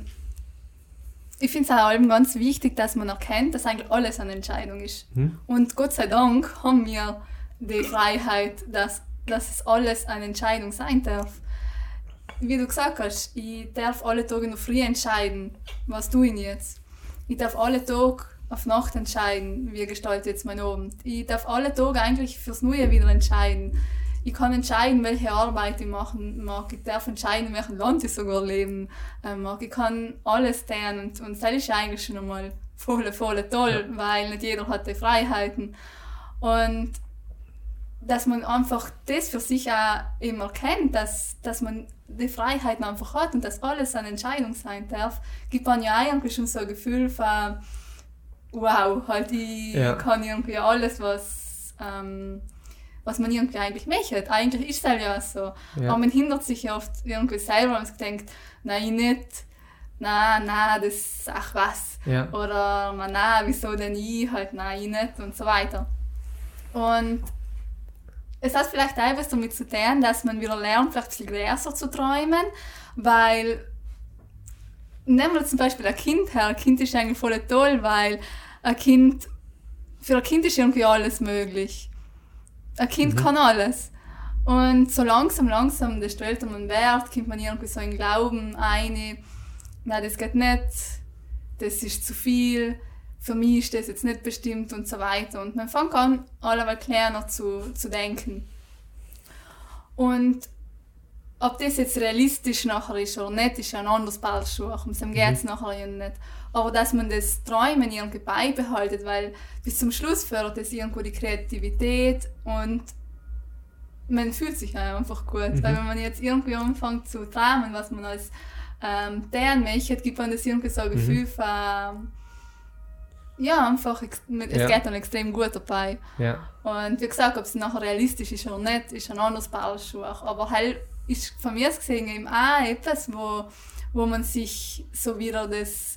es auch ganz wichtig, dass man erkennt, dass eigentlich alles eine Entscheidung ist. Und Gott sei Dank haben wir die Freiheit, dass es alles eine Entscheidung sein darf. Wie du gesagt hast, ich darf alle Tage noch früh entscheiden, was tue ich jetzt. Ich darf alle Tage auf Nacht entscheiden, wie gestalte ich jetzt meinen Abend. Ich darf alle Tage eigentlich fürs Neue wieder entscheiden. Ich kann entscheiden, welche Arbeit ich machen mag. Ich darf entscheiden, in welchem Land ich sogar leben mag. Ich kann alles tun und das ist eigentlich schon einmal voll toll, weil nicht jeder hat die Freiheiten. Und dass man einfach das für sich auch immer kennt, dass man die Freiheiten einfach hat und dass alles eine Entscheidung sein darf, gibt man ja eigentlich schon so ein Gefühl von wow, halt ich kann irgendwie alles, was man irgendwie eigentlich möchte. Eigentlich ist es ja so. Ja. Aber man hindert sich ja oft irgendwie selber und denkt, nein, ich nicht, nein, das ist ach was. Ja. Oder nein, wieso denn ich, halt nein, ich nicht und so weiter. Und es hat vielleicht auch etwas damit zu tun, dass man wieder lernt, vielleicht ein bisschen größer zu träumen, weil, nehmen wir zum Beispiel ein Kind her, ein Kind ist eigentlich voll toll, weil für ein Kind ist irgendwie alles möglich. Ein Kind kann alles. Und so langsam, desto älter man wird, kommt man irgendwie so in Glauben rein, nein, das geht nicht, das ist zu viel, für mich ist das jetzt nicht bestimmt und so weiter. Und man fängt an, allerweil kleiner zu denken. Und ob das jetzt realistisch nachher ist oder nicht, ist ja ein anderes Paar Schuhe. Um dem geht es nachher ja nicht. Aber dass man das Träumen irgendwie beibehaltet, weil bis zum Schluss fördert das irgendwo die Kreativität und man fühlt sich einfach gut. Weil wenn man jetzt irgendwie anfängt zu träumen, was man als deren möchte, gibt man das irgendwie so ein Gefühl von einfach, es geht dann extrem gut dabei. Ja. Und wie gesagt, ob es nachher realistisch ist oder nicht, ist ein anderes Paar Schuhe. Aber halt ist von mir gesehen eben auch etwas, wo man sich so wieder das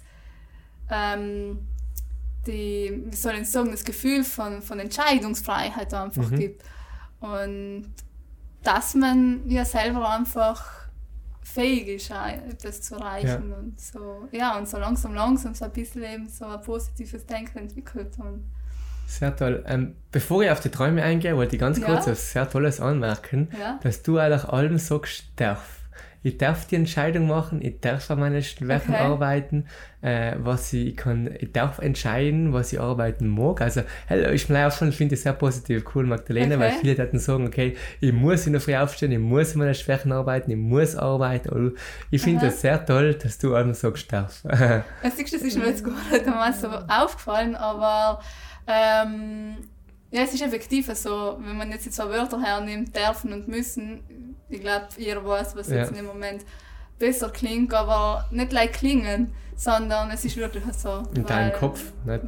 wie soll ich sagen, das Gefühl von Entscheidungsfreiheit einfach gibt. Und dass man ja selber einfach fähig ist, etwas zu erreichen und so. Ja, und so langsam so ein bisschen eben so ein positives Denken entwickelt. Und sehr toll. Bevor ich auf die Träume eingehe, wollte ich ganz kurz etwas sehr Tolles anmerken, dass du eigentlich allem sagst, ich darf die Entscheidung machen, ich darf an meinen Schwächen arbeiten, ich darf entscheiden, was ich arbeiten mag. Also, ich finde das sehr positiv, cool, Magdalena, weil viele hätten sagen, okay, ich muss in der Früh aufstehen, ich muss an meinen Schwächen arbeiten, ich muss arbeiten. Oder ich finde das sehr toll, dass du allem sagst, darf. Das ist mir jetzt gar nicht einmal so aufgefallen, aber es ist effektiv so, wenn man jetzt die zwei Wörter hernimmt, dürfen und müssen, ich glaube, jeder weiß, was jetzt im Moment besser klingt, aber nicht gleich klingen, sondern es ist wirklich so. In deinem Kopf, nicht?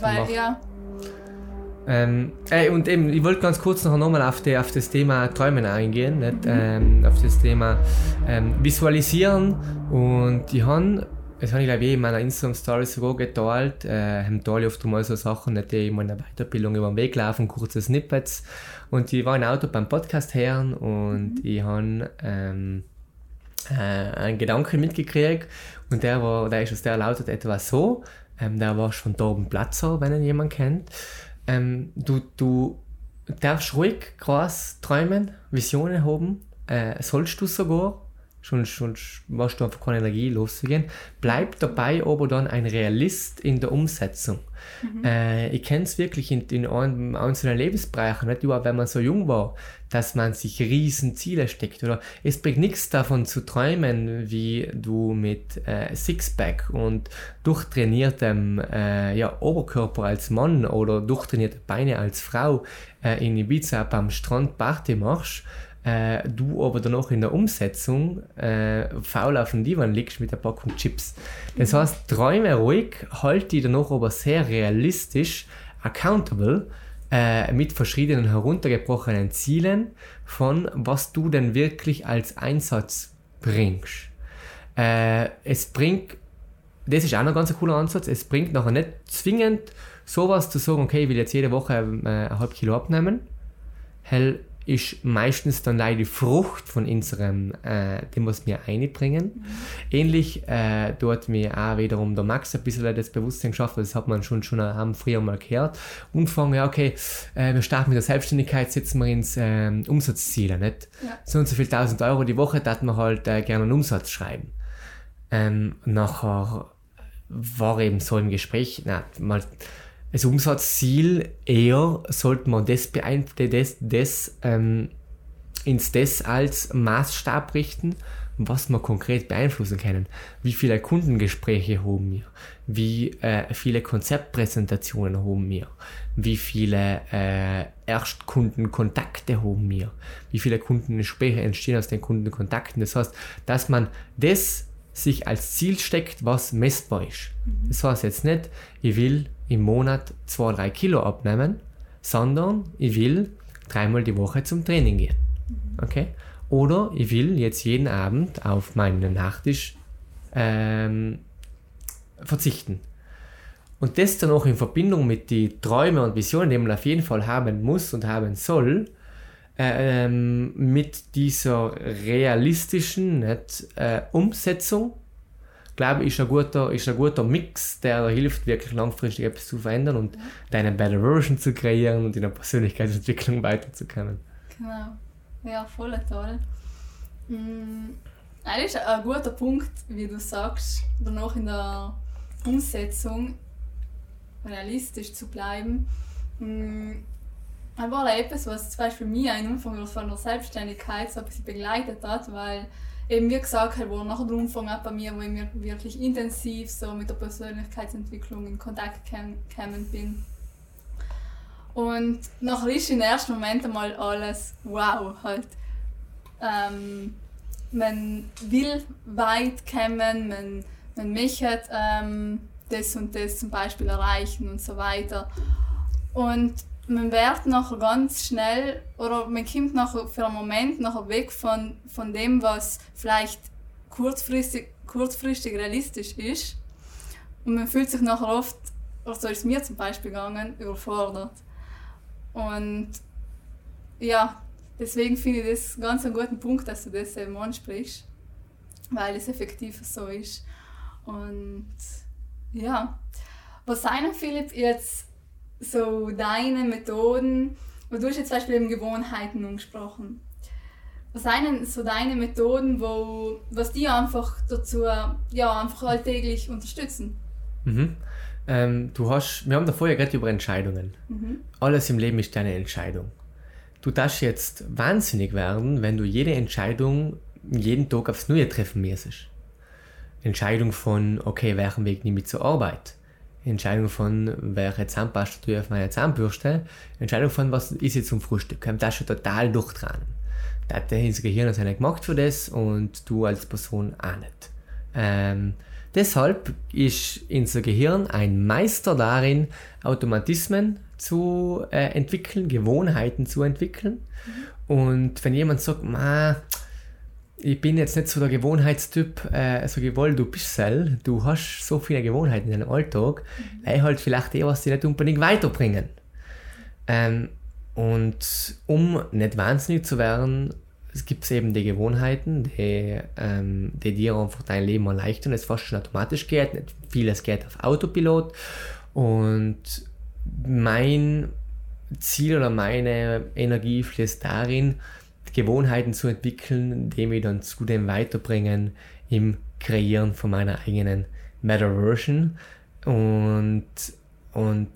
Und eben, ich wollte ganz kurz nochmal auf das Thema Träumen eingehen, nicht? Auf das Thema Visualisieren. Und das habe ich glaube ich in meiner Instagram-Story sogar geteilt. Teile oft mal so Sachen, nicht, die ich in meiner Weiterbildung über den Weg laufen, kurze Snippets. Und ich war im Auto beim Podcast hören und ich habe einen Gedanken mitgekriegt und der lautet etwa so, der war von Torben Platzer, wenn ihn jemand kennt. Du darfst ruhig groß träumen, Visionen haben, sollst du sogar, schon machst du einfach keine Energie loszugehen. Bleib dabei aber dann ein Realist in der Umsetzung. Ich kenne es wirklich in einzelnen Lebensbereichen, nicht nur wenn man so jung war, dass man sich riesen Ziele steckt. Oder es bringt nichts davon zu träumen, wie du mit Sixpack und durchtrainiertem Oberkörper als Mann oder durchtrainierte Beine als Frau in Ibiza beim Strand Party machst. du aber dann auch in der Umsetzung faul auf dem Divan liegst mit der Packung Chips. Das heißt, träume ruhig, halt die dann auch aber sehr realistisch accountable mit verschiedenen heruntergebrochenen Zielen von was du denn wirklich als Einsatz bringst. Es bringt, das ist auch noch ein ganz cooler Ansatz, es bringt nachher nicht zwingend sowas zu sagen, okay, ich will jetzt jede Woche ein halb Kilo abnehmen. Hell ist meistens dann leider die Frucht von unserem, dem, was wir einbringen. Ähnlich dort mir auch wiederum der Max ein bisschen das Bewusstsein geschafft, das hat man schon früher mal gehört. Und fangen, ja okay, wir starten mit der Selbstständigkeit, setzen wir ins Umsatzziele, nicht? Ja. So und so viel 1.000 Euro die Woche, da man halt gerne einen Umsatz schreiben. Nachher war eben so im Gespräch, das Umsatzziel eher sollte man das als Maßstab richten, was wir konkret beeinflussen können. Wie viele Kundengespräche haben wir? Wie viele Konzeptpräsentationen haben wir? Wie viele Erstkundenkontakte haben wir? Wie viele Kundengespräche entstehen aus den Kundenkontakten? Das heißt, dass man das sich als Ziel steckt, was messbar ist. Das heißt jetzt nicht, ich will im Monat 2-3 Kilo abnehmen, sondern ich will 3-mal die Woche zum Training gehen. Okay? Oder ich will jetzt jeden Abend auf meinen Nachtisch verzichten. Und das dann auch in Verbindung mit den Träumen und Visionen, die man auf jeden Fall haben muss und haben soll, mit dieser realistischen Umsetzung, glaube ich, ist ein guter Mix, der hilft, wirklich langfristig etwas zu verändern und deine Better Version zu kreieren und in der Persönlichkeitsentwicklung weiterzukommen. Genau. Ja, voll toll. Eigentlich ist ein guter Punkt, wie du sagst, danach in der Umsetzung realistisch zu bleiben. Das war etwas, was zum Beispiel mich am Anfang von der Selbstständigkeit so ein bisschen begleitet hat, weil eben wie gesagt, wo nach dem Umfang auch bei mir, wo ich wirklich intensiv so mit der Persönlichkeitsentwicklung in Kontakt gekommen bin. Und nachher ist im ersten Moment einmal alles wow halt. Man will weit kommen, man möchte das und das zum Beispiel erreichen und so weiter. Und man wird nachher ganz schnell, oder man kommt nachher für einen Moment nachher weg von dem, was vielleicht kurzfristig realistisch ist. Und man fühlt sich nachher oft, oder so ist es mir zum Beispiel gegangen, überfordert. Und ja, deswegen finde ich das ganz einen guten Punkt, dass du das eben ansprichst, weil es effektiv so ist. Und ja, was sind, Philipp, jetzt so deine Methoden, weil du hast jetzt zum Beispiel eben Gewohnheiten angesprochen. Was sind so deine Methoden, was die einfach dazu einfach alltäglich unterstützen? Wir haben davor ja gerade über Entscheidungen. Alles im Leben ist deine Entscheidung. Du darfst jetzt wahnsinnig werden, wenn du jede Entscheidung jeden Tag aufs Neue treffen müsstest. Entscheidung von, okay, welchen Weg nehme ich zur Arbeit? Entscheidung von, welche Zahnpasta tue ich auf meine Zahnbürste? Entscheidung von, was ist jetzt zum Frühstück? Das schon total durchtragen. Das Gehirn ist nicht gemacht für das und du als Person auch nicht. Deshalb ist unser Gehirn ein Meister darin, Automatismen zu entwickeln, Gewohnheiten zu entwickeln. Und wenn jemand sagt, ich bin jetzt nicht so der Gewohnheitstyp, so gewollt, du bist Sel, du hast so viele Gewohnheiten in deinem Alltag, weil halt vielleicht was die nicht unbedingt weiterbringen. Und um nicht wahnsinnig zu werden, es gibt eben die Gewohnheiten, die dir einfach dein Leben erleichtern, es fast schon automatisch geht, nicht vieles geht auf Autopilot. Und mein Ziel oder meine Energie fließt darin, Gewohnheiten zu entwickeln, die mich dann zu dem weiterbringen im Kreieren von meiner eigenen Better Version. Und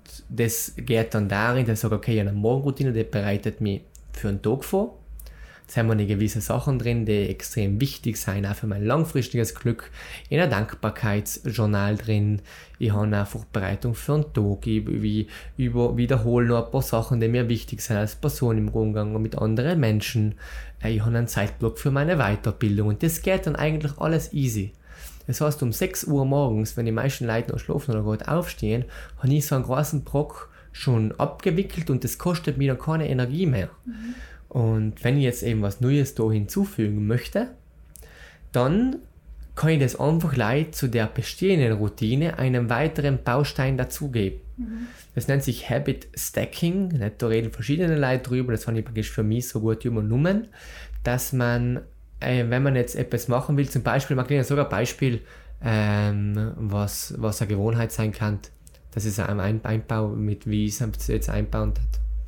das geht dann darin, dass ich sage, okay, eine Morgenroutine, die bereitet mich für einen Tag vor. sind mir gewisse Sachen drin, die extrem wichtig sind, auch für mein langfristiges Glück. In ein Dankbarkeitsjournal drin. Ich habe eine Vorbereitung für einen Tag. Ich wiederhole noch ein paar Sachen, die mir wichtig sind als Person im Umgang mit anderen Menschen. Ich habe einen Zeitblock für meine Weiterbildung und das geht dann eigentlich alles easy. Das heißt, um 6 Uhr morgens, wenn die meisten Leute noch schlafen oder gerade aufstehen, habe ich so einen großen Brock schon abgewickelt und das kostet mir dann keine Energie mehr. Und wenn ich jetzt eben was Neues da hinzufügen möchte, dann kann ich das einfach leicht zu der bestehenden Routine einen weiteren Baustein dazugeben. Das nennt sich Habit Stacking. Da reden verschiedene Leute drüber, das habe ich praktisch für mich so gut übernommen, dass man, wenn man jetzt etwas machen will, zum Beispiel, man kann ja sogar ein Beispiel, was eine Gewohnheit sein kann, das ist ein Einbau, mit wie ich es jetzt einbauen hat.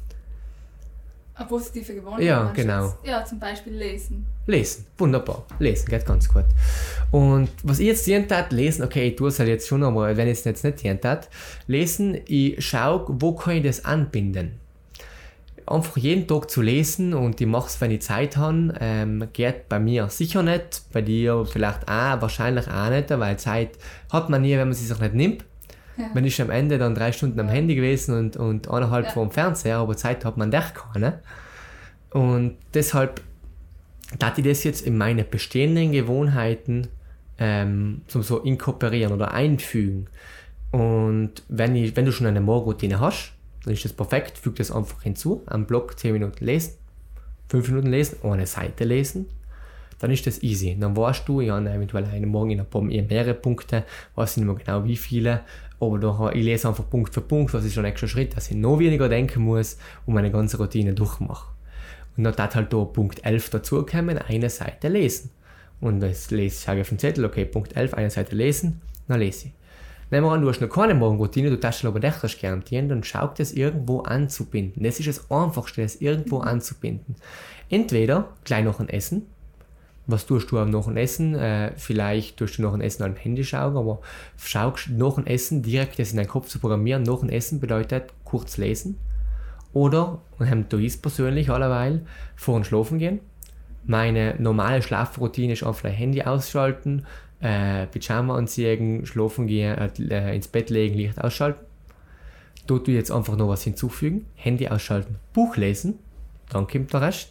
Eine positive Gewohnheit? Ja, genau. Ja, zum Beispiel lesen. Lesen, wunderbar. Lesen geht ganz gut. Und was ich jetzt jeden Tag lesen, okay, ich tue es halt jetzt schon, aber wenn ich es jetzt nicht jeden Tag lesen, ich schaue, wo kann ich das anbinden. Einfach jeden Tag zu lesen und ich mache es, wenn ich Zeit habe, geht bei mir sicher nicht, bei dir vielleicht auch, wahrscheinlich auch nicht, weil Zeit hat man nie, wenn man sie sich nicht nimmt. Ja. Man ist am Ende dann 3 Stunden am Handy gewesen und 1,5 vor dem Fernseher, aber Zeit hat man doch keine. Und deshalb darf ich das jetzt in meine bestehenden Gewohnheiten zum so inkorporieren oder einfügen. Und wenn du schon eine Morgenroutine hast, dann ist das perfekt, füg das einfach hinzu, am Block 10 Minuten lesen, 5 Minuten lesen, eine Seite lesen, dann ist das easy. Dann weißt du, ich habe eventuell einen Morgen in ein paar mehrere Punkte, weiß nicht mehr genau wie viele, aber ich lese einfach Punkt für Punkt, was ist schon der nächste Schritt, dass ich noch weniger denken muss und meine ganze Routine durchmache. Und dann hat halt da Punkt 11 dazukommen, eine Seite lesen. Und das schaue ich auf den Zettel, okay, Punkt 11, eine Seite lesen, dann lese ich. Nehmen wir an, du hast noch keine Morgenroutine, du darfst aber dich garantieren, dann schau das irgendwo anzubinden. Das ist das Einfachste, das irgendwo anzubinden. Entweder gleich nach dem Essen. Was tust du nach dem Essen? Vielleicht tust du nach dem Essen am Handy schauen, aber schaust nach dem Essen direkt das in deinen Kopf zu programmieren. Nach dem Essen bedeutet kurz lesen. Oder, und da ist persönlich alleweil, vor dem Schlafen gehen. Meine normale Schlafroutine ist einfach Handy ausschalten, Pyjama anziehen, schlafen gehen, ins Bett legen, Licht ausschalten. Da tue ich jetzt einfach noch was hinzufügen. Handy ausschalten, Buch lesen, dann kommt der Rest.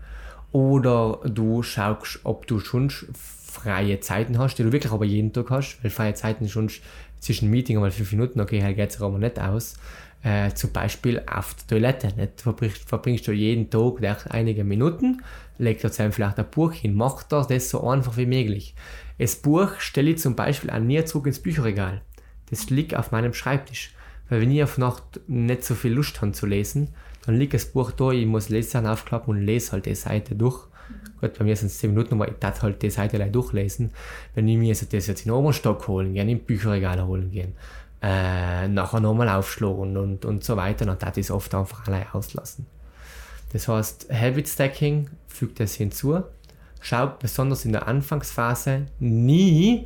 Oder du schaust, ob du schon freie Zeiten hast, die du wirklich aber jeden Tag hast, weil freie Zeiten schon zwischen Meeting einmal 5 Minuten, okay, halt geht es aber nicht aus. Zum Beispiel auf der Toilette. Nicht? Verbringst du jeden Tag einige Minuten, legst dort vielleicht ein Buch hin, mach das so einfach wie möglich. Das Buch stelle ich zum Beispiel auch nie zurück ins Bücherregal. Das liegt auf meinem Schreibtisch. Weil wenn ich auf Nacht nicht so viel Lust habe zu lesen, dann liegt das Buch da, ich muss Lesesachen aufklappen und lese halt die Seite durch. Gut, bei mir sind es 10 Minuten, aber ich darf halt die Seite gleich durchlesen. Wenn ich mir das jetzt in den oberen Stock holen gehen, im Bücherregal holen gehen, nachher nochmal aufschlagen und so weiter, dann darf ich es oft einfach allein auslassen. Das heißt, Habit Stacking fügt das hinzu. Schau besonders in der Anfangsphase nie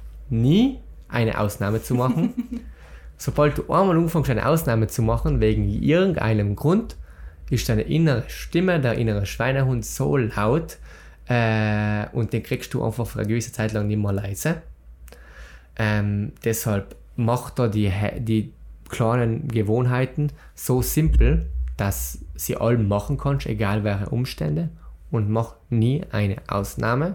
eine Ausnahme zu machen. Sobald du einmal anfängst, eine Ausnahme zu machen, wegen irgendeinem Grund, ist deine innere Stimme, der innere Schweinehund so laut und den kriegst du einfach für eine gewisse Zeit lang nicht mehr leise. Deshalb mach da die kleinen Gewohnheiten so simpel, dass sie allem machen kannst, egal welche Umstände, und mach nie eine Ausnahme,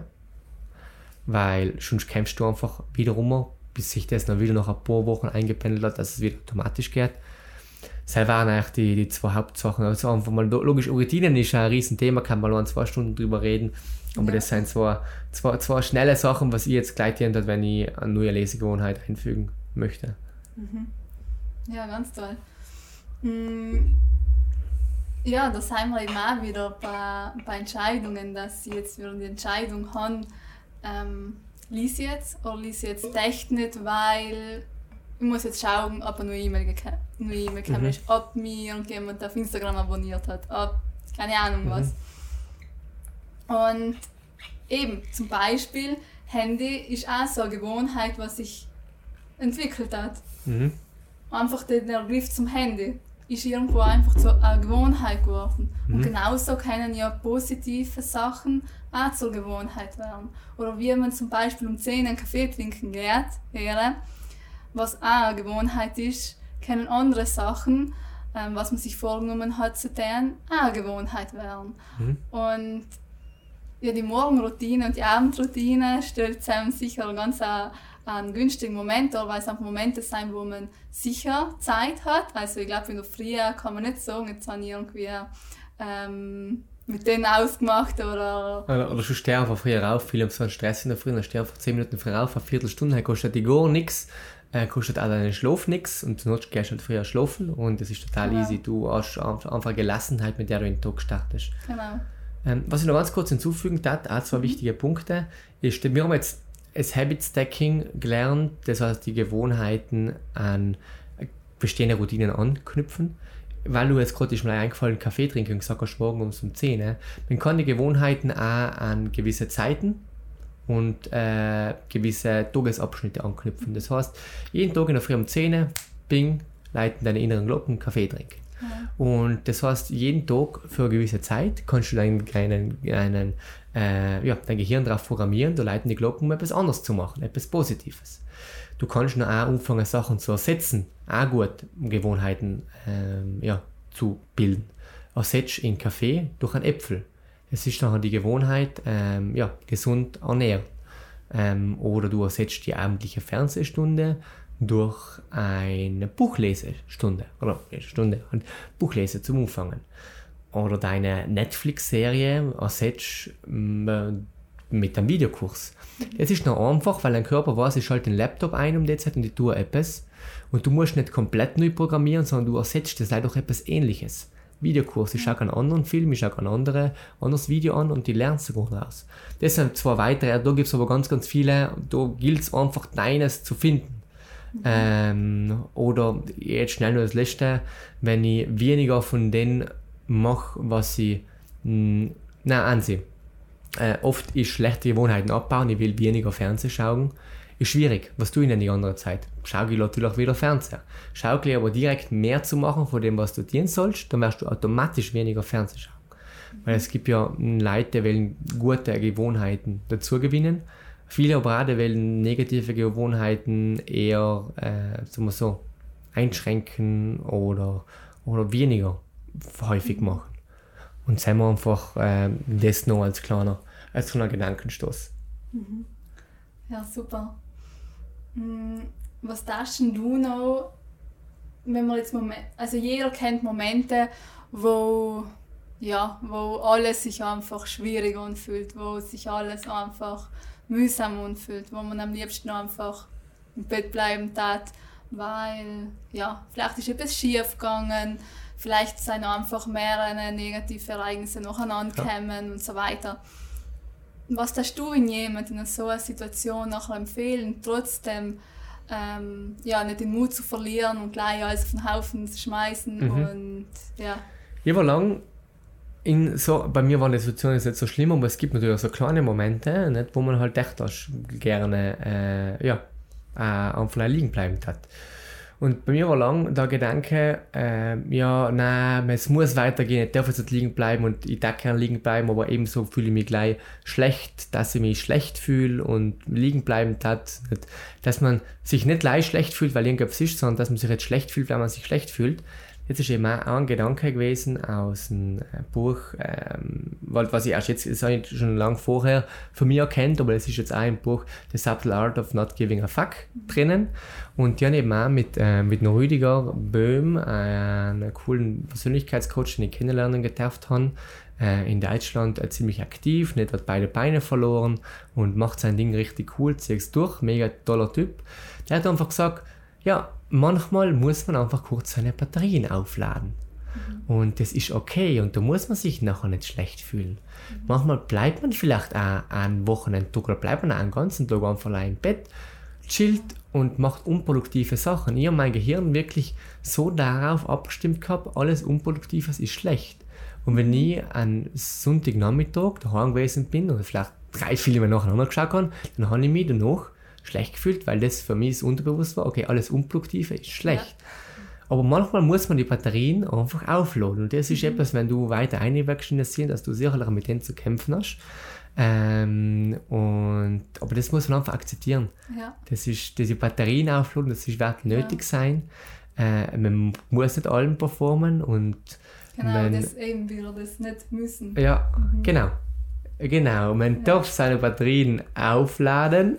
weil sonst kämpfst du einfach wieder rum, bis sich das dann wieder nach ein paar Wochen eingependelt hat, dass es wieder automatisch geht. Das waren eigentlich die 2 Hauptsachen. Also einfach mal, logisch, Routinen ist ein Riesenthema, kann man nur 2 Stunden drüber reden, aber das sind zwei schnelle Sachen, was ich jetzt gleich ändert, wenn ich eine neue Lesegewohnheit einfügen möchte. Ja, ganz toll. Ja, da sind wir eben auch wieder bei Entscheidungen, dass sie jetzt wieder die Entscheidung haben, lies jetzt oder lies jetzt echt nicht, weil ich muss jetzt schauen, ob eine neue E-Mail gekommen ist, ob mir irgendjemand auf Instagram abonniert hat, ob keine Ahnung was. Und eben, zum Beispiel, Handy ist auch so eine Gewohnheit, was sich entwickelt hat. Einfach der Griff zum Handy. ist irgendwo einfach so eine Gewohnheit geworden. Und genauso können ja positive Sachen auch zur Gewohnheit werden. Oder wie man zum Beispiel um 10 einen Kaffee trinken geht, was auch eine Gewohnheit ist, können andere Sachen, was man sich vorgenommen hat zu tun, auch eine Gewohnheit werden. Und ja, die Morgenroutine und die Abendroutine stellt einem sicher ganz einen günstigen Moment dar, weil es einfach Momente sein, wo man sicher Zeit hat. Also ich glaube, in der Früh kann man nicht sagen, jetzt habe ich irgendwie mit denen ausgemacht oder schon steh einfach früher auf, viele haben so einen Stress in der Früh, dann steh einfach 10 Minuten früher auf, eine Viertelstunde, kostet die gar nichts, kostet auch deinen Schlaf nichts und zur Not gehst du halt früher schlafen und das ist total easy. Du hast einfach Gelassenheit, mit der du in den Tag startest. Genau. Was ich noch ganz kurz hinzufügen darf, auch 2 wichtige Punkte, ist, wir haben jetzt das Habit Stacking gelernt, das heißt die Gewohnheiten an bestehende Routinen anknüpfen. Weil du jetzt gerade ist mir eingefallen, Kaffee trinken und gesagt hast, morgen um 10. Man kann die Gewohnheiten auch an gewisse Zeiten und gewisse Tagesabschnitte anknüpfen. Das heißt, jeden Tag in der Früh um 10, bing, leiten deine inneren Glocken Kaffee trinken. Und das heißt, jeden Tag für eine gewisse Zeit kannst du dein Gehirn darauf programmieren, da leiten die Glocken, um etwas anderes zu machen, etwas Positives. Du kannst noch auch anfangen, Sachen zu ersetzen, auch gut, um Gewohnheiten zu bilden. Ersetzt in Kaffee durch einen Äpfel. Es ist nachher die Gewohnheit, gesund ernähren. Oder du ersetzt die abendliche Fernsehstunde durch eine Buchlesestunde oder eine Stunde Buchlese zum Anfangen. Oder deine Netflix-Serie ersetzt mit einem Videokurs. Das ist noch einfach, weil dein Körper weiß, ich schalte den Laptop ein um die Zeit und ich tue etwas. Und du musst nicht komplett neu programmieren, sondern du ersetzt das leider durch etwas Ähnliches. Videokurs, ich schaue einen anderen Film, ich schaue ein anderes Video an und die lernst sogar daraus. Das sind 2 weitere, da gibt es aber ganz, ganz viele, da gilt es einfach, deines zu finden. Oder jetzt schnell nur das Letzte, wenn ich weniger von dem mache, was ich ansehe. Oft ist schlechte Gewohnheiten abbauen, ich will weniger Fernsehen schauen, ist schwierig. Was tue ich denn die andere Zeit? Schau ich natürlich wieder Fernsehen. Schau ich aber direkt mehr zu machen von dem, was du tun sollst, dann wirst du automatisch weniger Fernsehen schauen. Weil es gibt ja Leute, die wollen gute Gewohnheiten dazu gewinnen. Viele aber auch, die wollen negative Gewohnheiten eher einschränken oder weniger häufig machen. Und sehen wir einfach das noch als kleiner Gedankenstoß. Ja, super. Was darfst du noch, wenn man jetzt also jeder kennt Momente, wo alles sich einfach schwierig anfühlt, wo sich alles einfach mühsam anfühlt, wo man am liebsten einfach im Bett bleiben tat, weil vielleicht ist etwas schief gegangen, vielleicht sind einfach mehrere negative Ereignisse nacheinander gekommen und so weiter. Was darfst du in jemandem in so einer Situation nachher empfehlen, trotzdem nicht den Mut zu verlieren und gleich alles auf den Haufen zu schmeißen? Und Ich war lang bei mir war die Situation jetzt nicht so schlimm, aber es gibt natürlich auch so kleine Momente, nicht, wo man halt echt gerne einfach liegen bleiben hat. Und bei mir war lang der Gedanke, es muss weitergehen, ich darf jetzt nicht liegen bleiben und ich darf gerne liegen bleiben, aber ebenso fühle ich mich gleich schlecht, dass ich mich schlecht fühle und liegen bleiben hat, dass man sich nicht gleich schlecht fühlt, weil irgendwas ist, sondern dass man sich jetzt schlecht fühlt, weil man sich schlecht fühlt. Jetzt ist eben auch ein Gedanke gewesen aus einem Buch, was ich erst jetzt, das habe ich schon lange vorher von mir erkannt, aber es ist jetzt auch im Buch The Subtle Art of Not Giving a Fuck drinnen. Und die haben eben auch mit Rüdiger Böhm, einem coolen Persönlichkeitscoach, den ich kennenlernen gedurft habe, in Deutschland ziemlich aktiv, nicht hat beide Beine verloren und macht sein Ding richtig cool, zieht es durch, mega toller Typ. Der hat einfach gesagt, manchmal muss man einfach kurz seine Batterien aufladen. Und das ist okay und da muss man sich nachher nicht schlecht fühlen. Manchmal bleibt man vielleicht auch einen Wochenendtag oder bleibt man auch einen ganzen Tag einfach allein im Bett, chillt und macht unproduktive Sachen. Ich habe mein Gehirn wirklich so darauf abgestimmt gehabt, alles Unproduktives ist schlecht. Und wenn ich an Sonntagnachmittag daheim gewesen bin oder vielleicht 3 Filme nacheinander geschaut habe, dann habe ich mich danach schlecht gefühlt, weil das für mich das unterbewusst war, okay, alles Unproduktive ist schlecht. Aber manchmal muss man die Batterien einfach aufladen. Und das ist etwas, wenn du weiter einwächst in das Sinn, dass du sicherlich mit denen zu kämpfen hast. Aber das muss man einfach akzeptieren. Ja. Das ist, diese Batterien aufladen, das wird nötig sein. Man muss nicht allem performen und genau, das eben wieder das nicht müssen. Ja, genau. Man darf seine Batterien aufladen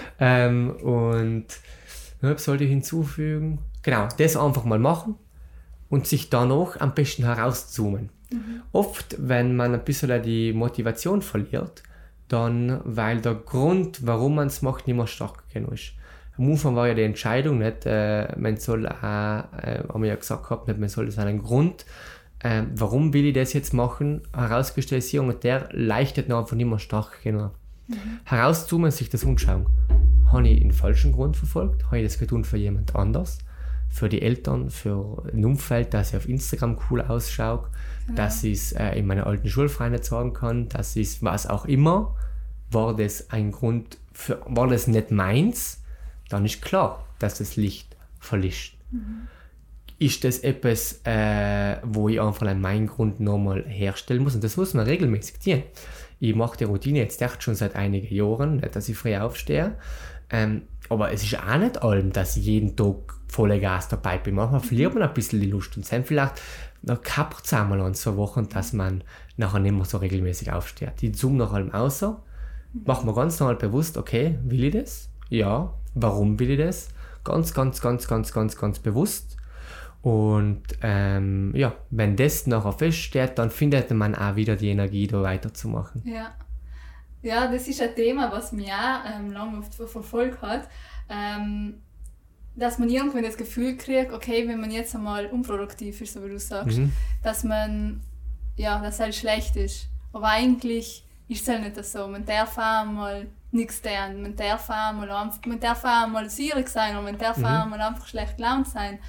und was sollte ich hinzufügen? Genau, das einfach mal machen und sich danach am besten herauszoomen. Oft, wenn man ein bisschen die Motivation verliert, dann, weil der Grund, warum man es macht, nicht mehr stark genug ist. Am Anfang war ja die Entscheidung nicht, man soll auch, haben wir ja gesagt gehabt, nicht, man soll das einen Grund, warum will ich das jetzt machen, herauskristallisieren und der leichtet noch einfach nicht mehr stark genug. Herauszoomen, sich das anschauen. Habe ich den falschen Grund verfolgt? Habe ich das getan für jemand anders? Für die Eltern, für ein Umfeld, dass ich auf Instagram cool ausschaue, dass ich es in meiner alten Schulfreunde sagen kann, dass ich was auch immer, war das ein Grund, war das nicht meins, dann ist klar, dass das Licht verlischt. Ist das etwas, wo ich einfach meinen Grund nochmal herstellen muss? Und das muss man regelmäßig tun. Ich mache die Routine jetzt echt schon seit einigen Jahren, nicht, dass ich früh aufstehe. Aber es ist auch nicht allem, dass ich jeden Tag voller Gas dabei bin. Manchmal verliert man ein bisschen die Lust und dann vielleicht noch kappt es einmal an 2 Wochen, dass man nachher nicht mehr so regelmäßig aufsteht. Ich zoome nach allem außer, mache mir ganz normal bewusst, okay, will ich das? Ja. Warum will ich das? Ganz bewusst. Und wenn das nachher feststeht, dann findet man auch wieder die Energie, da weiterzumachen. Ja, das ist ein Thema, was mich auch lange verfolgt hat, dass man irgendwann das Gefühl kriegt, okay, wenn man jetzt einmal unproduktiv ist, so wie du sagst, dass man, dass halt schlecht ist. Aber eigentlich ist es halt nicht so. Man darf auch mal nichts tun, man darf auch mal sierig sein und man darf auch mal einfach schlecht gelaunt sein.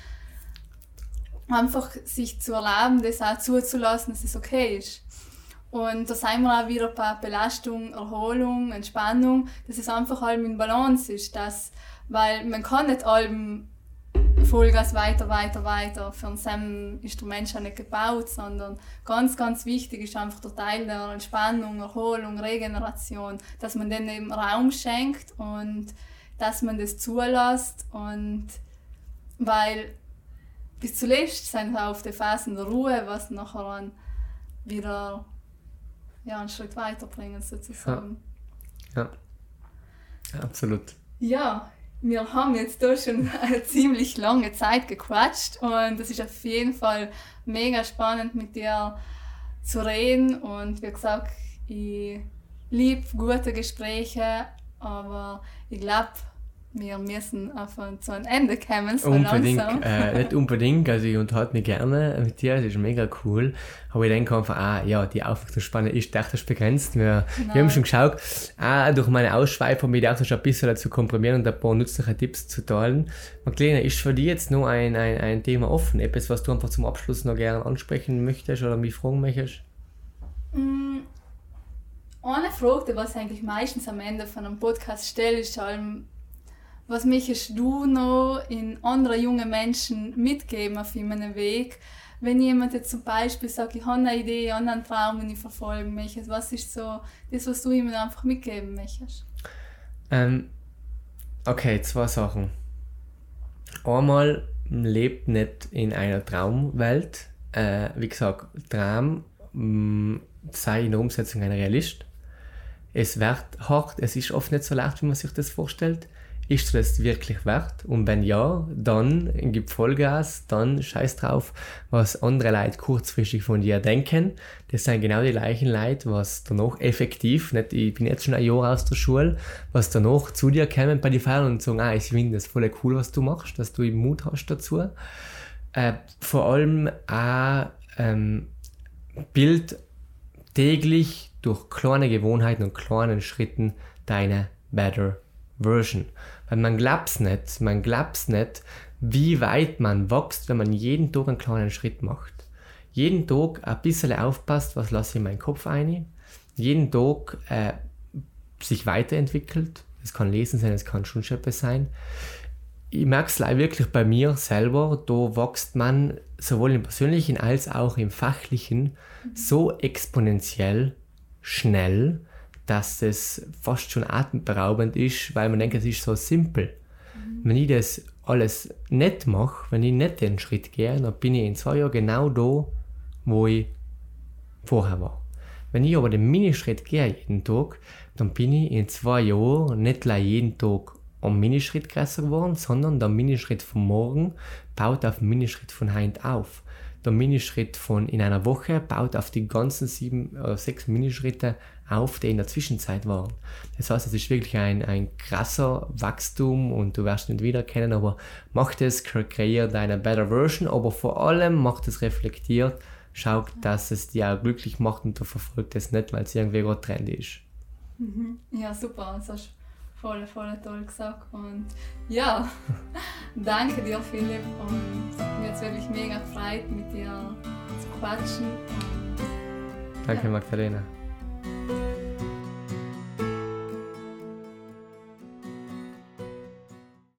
Einfach sich zu erlauben, das auch zuzulassen, dass es okay ist. Und da sind wir auch wieder bei Belastung, Erholung, Entspannung, dass es einfach allem in Balance ist. Weil man kann nicht allem Vollgas weiter. Für einen ist der Mensch auch nicht gebaut, sondern ganz wichtig ist einfach der Teil der Entspannung, Erholung, Regeneration, dass man denen eben Raum schenkt und dass man das zulässt. Und weil bis zuletzt sind wir auf der Phase der Ruhe, was nachher dann wieder einen Schritt weiterbringen sozusagen. Ja, absolut. Ja, wir haben jetzt da schon eine ziemlich lange Zeit gequatscht und es ist auf jeden Fall mega spannend mit dir zu reden und wie gesagt, ich liebe gute Gespräche, aber ich glaube, wir müssen zu einem Ende kommen, so unbedingt, langsam. Nicht unbedingt, also ich unterhalte mich gerne mit dir, das ist mega cool, aber ich denke einfach die Aufmerksamkeitsspanne ist echt begrenzt. Wir haben schon geschaut, durch meine Ausschweifung mich auch schon ein bisschen dazu komprimieren und ein paar nützliche Tipps zu teilen. Magdalena, ist für dich jetzt noch ein Thema offen, etwas, was du einfach zum Abschluss noch gerne ansprechen möchtest oder mich fragen möchtest? Eine Frage, was ich eigentlich meistens am Ende von einem Podcast stelle, ist was möchtest du noch in andere junge Menschen mitgeben auf meinem Weg? Wenn jemand jetzt zum Beispiel sagt, ich habe eine Idee, ich habe einen Traum, den ich verfolgen möchte, was ist so das, was du ihm einfach mitgeben möchtest? Okay, 2 Sachen. Einmal, lebt nicht in einer Traumwelt. Wie gesagt, Traum, sei in der Umsetzung ein Realist. Es wird hart, es ist oft nicht so leicht, wie man sich das vorstellt. Ist das wirklich wert? Und wenn ja, dann gib Vollgas, dann scheiß drauf, was andere Leute kurzfristig von dir denken. Das sind genau die gleichen Leute, was danach effektiv, nicht, ich bin jetzt schon ein Jahr aus der Schule, was danach zu dir kommen bei den Feiern und sagen, ich finde das voll cool, was du machst, dass du den Mut hast dazu. Vor allem auch bild täglich durch kleine Gewohnheiten und kleinen Schritten deine Better Version. Weil man glaubt's nicht, wie weit man wächst, wenn man jeden Tag einen kleinen Schritt macht. Jeden Tag ein bisschen aufpasst, was lasse ich in meinen Kopf ein. Jeden Tag sich weiterentwickelt. Es kann Lesen sein, es kann schon etwas sein. ich merke es wirklich bei mir selber, da wächst man sowohl im Persönlichen als auch im Fachlichen so exponentiell schnell, dass es fast schon atemberaubend ist, weil man denkt, es ist so simpel. Wenn ich das alles nicht mache, wenn ich nicht den Schritt gehe, dann bin ich in 2 Jahren genau da, wo ich vorher war. Wenn ich aber den Minischritt gehe jeden Tag, dann bin ich in 2 Jahren nicht gleich jeden Tag am Minischritt größer geworden, sondern der Minischritt von morgen baut auf den Minischritt von heute auf. Der Minischritt von in einer Woche baut auf die ganzen 7 oder 6 Minischritte auf, die in der Zwischenzeit waren. Das heißt, es ist wirklich ein krasser Wachstum und du wirst nicht wiedererkennen, aber mach das, kreier deine Better Version, aber vor allem mach das reflektiert, schau, dass es dir auch glücklich macht und du verfolgst es nicht, weil es irgendwie gerade trendy ist. Ja, super, das hast du voll toll gesagt und ja, danke dir Philipp und mir hat es wirklich mega gefreut, mit dir zu quatschen. Danke Magdalena.